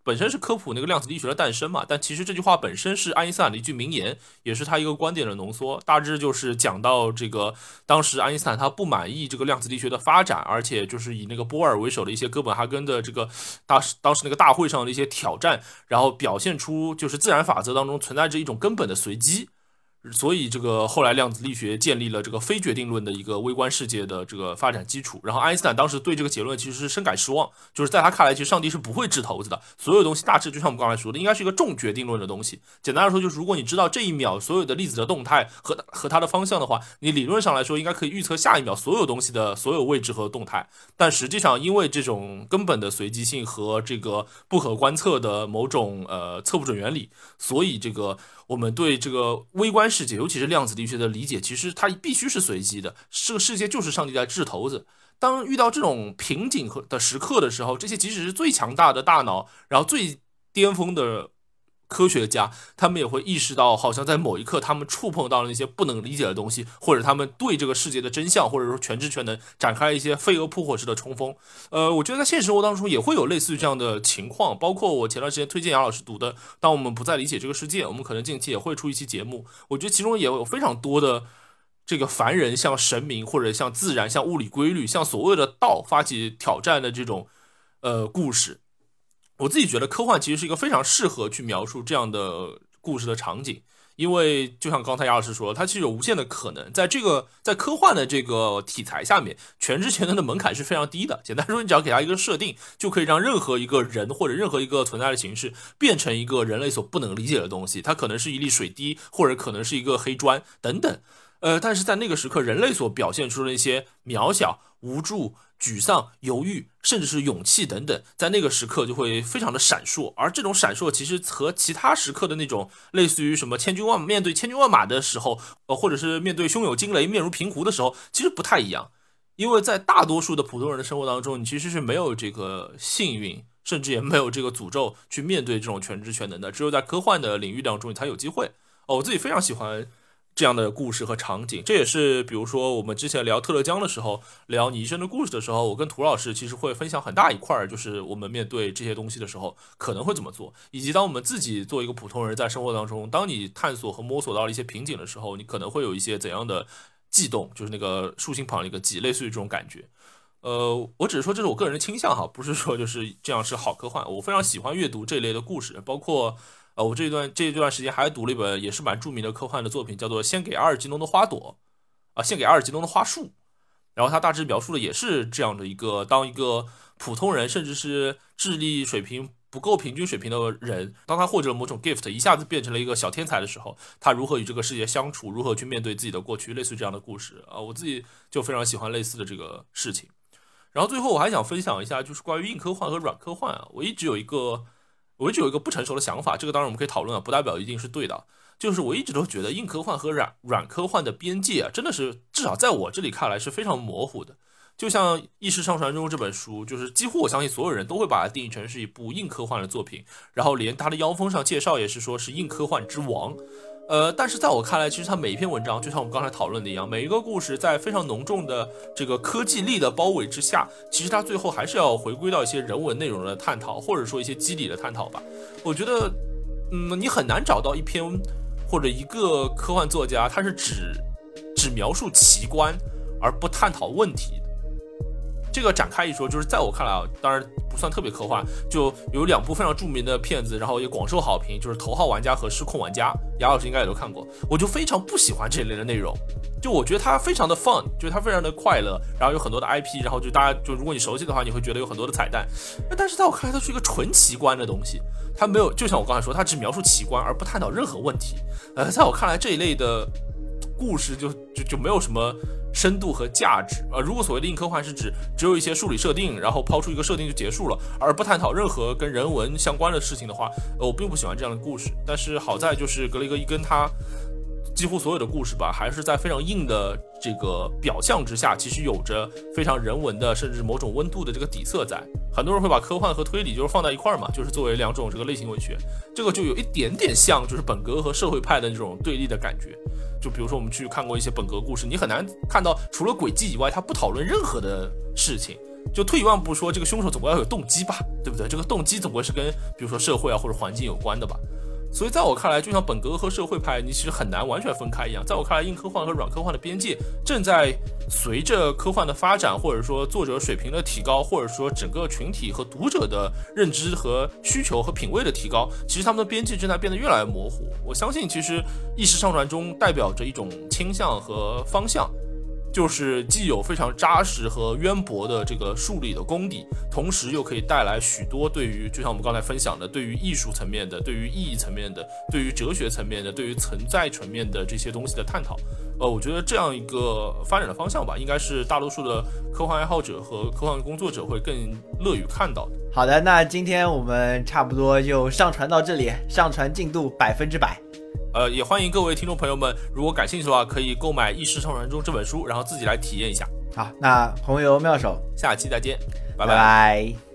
Speaker 2: 本身是科普那个量子力学的诞生嘛，但其实这句话本身是爱因斯坦的一句名言，也是他一个观点的浓缩，大致就是讲到这个当时爱因斯坦他不满意这个量子力学的发展，而且就是以那个波尔为首的一些哥本哈根的这个当时那个大会上的一些挑战，然后表现出就是自然法则当中存在着一种根本的随机。所以这个后来量子力学建立了这个非决定论的一个微观世界的这个发展基础。然后爱因斯坦当时对这个结论其实是深感失望，就是在他看来，其实上帝是不会掷骰子的，所有东西大致就像我们刚才说的，应该是一个重决定论的东西。简单来说，就是如果你知道这一秒所有的粒子的动态和它的方向的话，你理论上来说应该可以预测下一秒所有东西的所有位置和动态。但实际上，因为这种根本的随机性和这个不可观测的某种测不准原理，所以这个我们对这个微观世界，尤其是量子力学的理解，其实它必须是随机的。这个世界就是上帝在掷骰子。当遇到这种瓶颈的时刻的时候，这些即使是最强大的大脑，然后最巅峰的科学家，他们也会意识到，好像在某一刻他们触碰到了那些不能理解的东西，或者他们对这个世界的真相，或者说全知全能展开一些飞蛾扑火式的冲锋。我觉得在现实生活当中也会有类似于这样的情况，包括我前段时间推荐杨老师读的《当我们不再理解这个世界》，我们可能近期也会出一期节目。我觉得其中也有非常多的这个凡人向神明或者向自然、向物理规律、向所谓的道发起挑战的这种故事。我自己觉得科幻其实是一个非常适合去描述这样的故事的场景，因为就像刚才杨老师说，它其实有无限的可能。在科幻的这个题材下面，全知全能的门槛是非常低的。简单说，你只要给它一个设定，就可以让任何一个人或者任何一个存在的形式变成一个人类所不能理解的东西。它可能是一粒水滴，或者可能是一个黑砖等等。但是在那个时刻，人类所表现出的那些渺小、无助、沮丧、犹豫，甚至是勇气等等，在那个时刻就会非常的闪烁。而这种闪烁其实和其他时刻的那种类似于什么面对千军万马的时候，或者是面对胸有惊雷、面如平湖的时候，其实不太一样。因为在大多数的普通人的生活当中，你其实是没有这个幸运，甚至也没有这个诅咒去面对这种全知全能的。只有在科幻的领域当中，你才有机会。我自己非常喜欢这样的故事和场景，这也是比如说我们之前聊特勒江的时候，聊你一生的故事的时候，我跟涂老师其实会分享很大一块，就是我们面对这些东西的时候可能会怎么做，以及当我们自己做一个普通人在生活当中，当你探索和摸索到了一些瓶颈的时候，你可能会有一些怎样的悸动，就是那个竖心旁的一个悸，类似于这种感觉。我只是说这是我个人的倾向哈，不是说就是这样是好科幻。我非常喜欢阅读这类的故事，包括我这一段时间还读了一本也是蛮著名的科幻的作品，叫做《献给阿尔吉农的花朵》献给阿尔吉农的花束。然后它大致描述的也是这样的一个，当一个普通人甚至是智力水平不够平均水平的人，当他获得了某种 gift， 一下子变成了一个小天才的时候，他如何与这个世界相处，如何去面对自己的过去，类似于这样的故事我自己就非常喜欢类似的这个事情。然后最后我还想分享一下，就是关于硬科幻和软科幻我一直有一个不成熟的想法，这个当然我们可以讨论不代表一定是对的。就是我一直都觉得硬科幻和软科幻的边界真的是至少在我这里看来是非常模糊的。就像《意识上传中》这本书，就是几乎我相信所有人都会把它定义成是一部硬科幻的作品，然后连它的腰封上介绍也是说是硬科幻之王。但是在我看来，其实它每一篇文章就像我们刚才讨论的一样，每一个故事在非常浓重的这个科技力的包围之下，其实它最后还是要回归到一些人文内容的探讨，或者说一些机理的探讨吧。我觉得你很难找到一篇或者一个科幻作家他是只描述奇观而不探讨问题。这个展开一说，就是在我看来当然不算特别科幻，就有2部非常著名的片子，然后也广受好评，就是《头号玩家》和《失控玩家》，杨老师应该也都看过。我就非常不喜欢这类的内容，就我觉得它非常的 fun， 就是它非常的快乐，然后有很多的 IP， 然后就大家就如果你熟悉的话，你会觉得有很多的彩蛋。但是在我看来，它是一个纯奇观的东西，它没有，就像我刚才说，它只描述奇观而不探讨任何问题。在我看来，这一类的故事就没有什么深度和价值如果所谓的硬科幻是指只有一些数理设定，然后抛出一个设定就结束了，而不探讨任何跟人文相关的事情的话，我并不喜欢这样的故事。但是好在就是格雷格伊根他几乎所有的故事吧，还是在非常硬的这个表象之下，其实有着非常人文的甚至某种温度的这个底色在。很多人会把科幻和推理就是放在一块嘛，就是作为2种这个类型文学，这个就有一点点像就是本格和社会派的这种对立的感觉。就比如说我们去看过一些本格故事，你很难看到除了轨迹以外他不讨论任何的事情， 就退一万步说，这个凶手总归要有动机吧，对不对？这个动机总归是跟比如说社会啊或者环境有关的吧。所以在我看来，就像本格和社会派你其实很难完全分开一样，在我看来，硬科幻和软科幻的边界正在随着科幻的发展，或者说作者水平的提高，或者说整个群体和读者的认知和需求和品味的提高，其实他们的边界正在变得越来越模糊。我相信其实意识上传中代表着一种倾向和方向，就是既有非常扎实和渊博的这个数理的功底，同时又可以带来许多对于就像我们刚才分享的，对于艺术层面的，对于意义层面的，对于哲学层面的，对于存在层面的这些东西的探讨。我觉得这样一个发展的方向吧，应该是大多数的科幻爱好者和科幻工作者会更乐于看到的。
Speaker 1: 好的，那今天我们差不多就上传到这里，上传进度100%。
Speaker 2: 也欢迎各位听众朋友们，如果感兴趣的话，可以购买《意识上传中》这本书，然后自己来体验一下。
Speaker 1: 好，那红油妙手，
Speaker 2: 下期再见，拜
Speaker 1: 拜拜。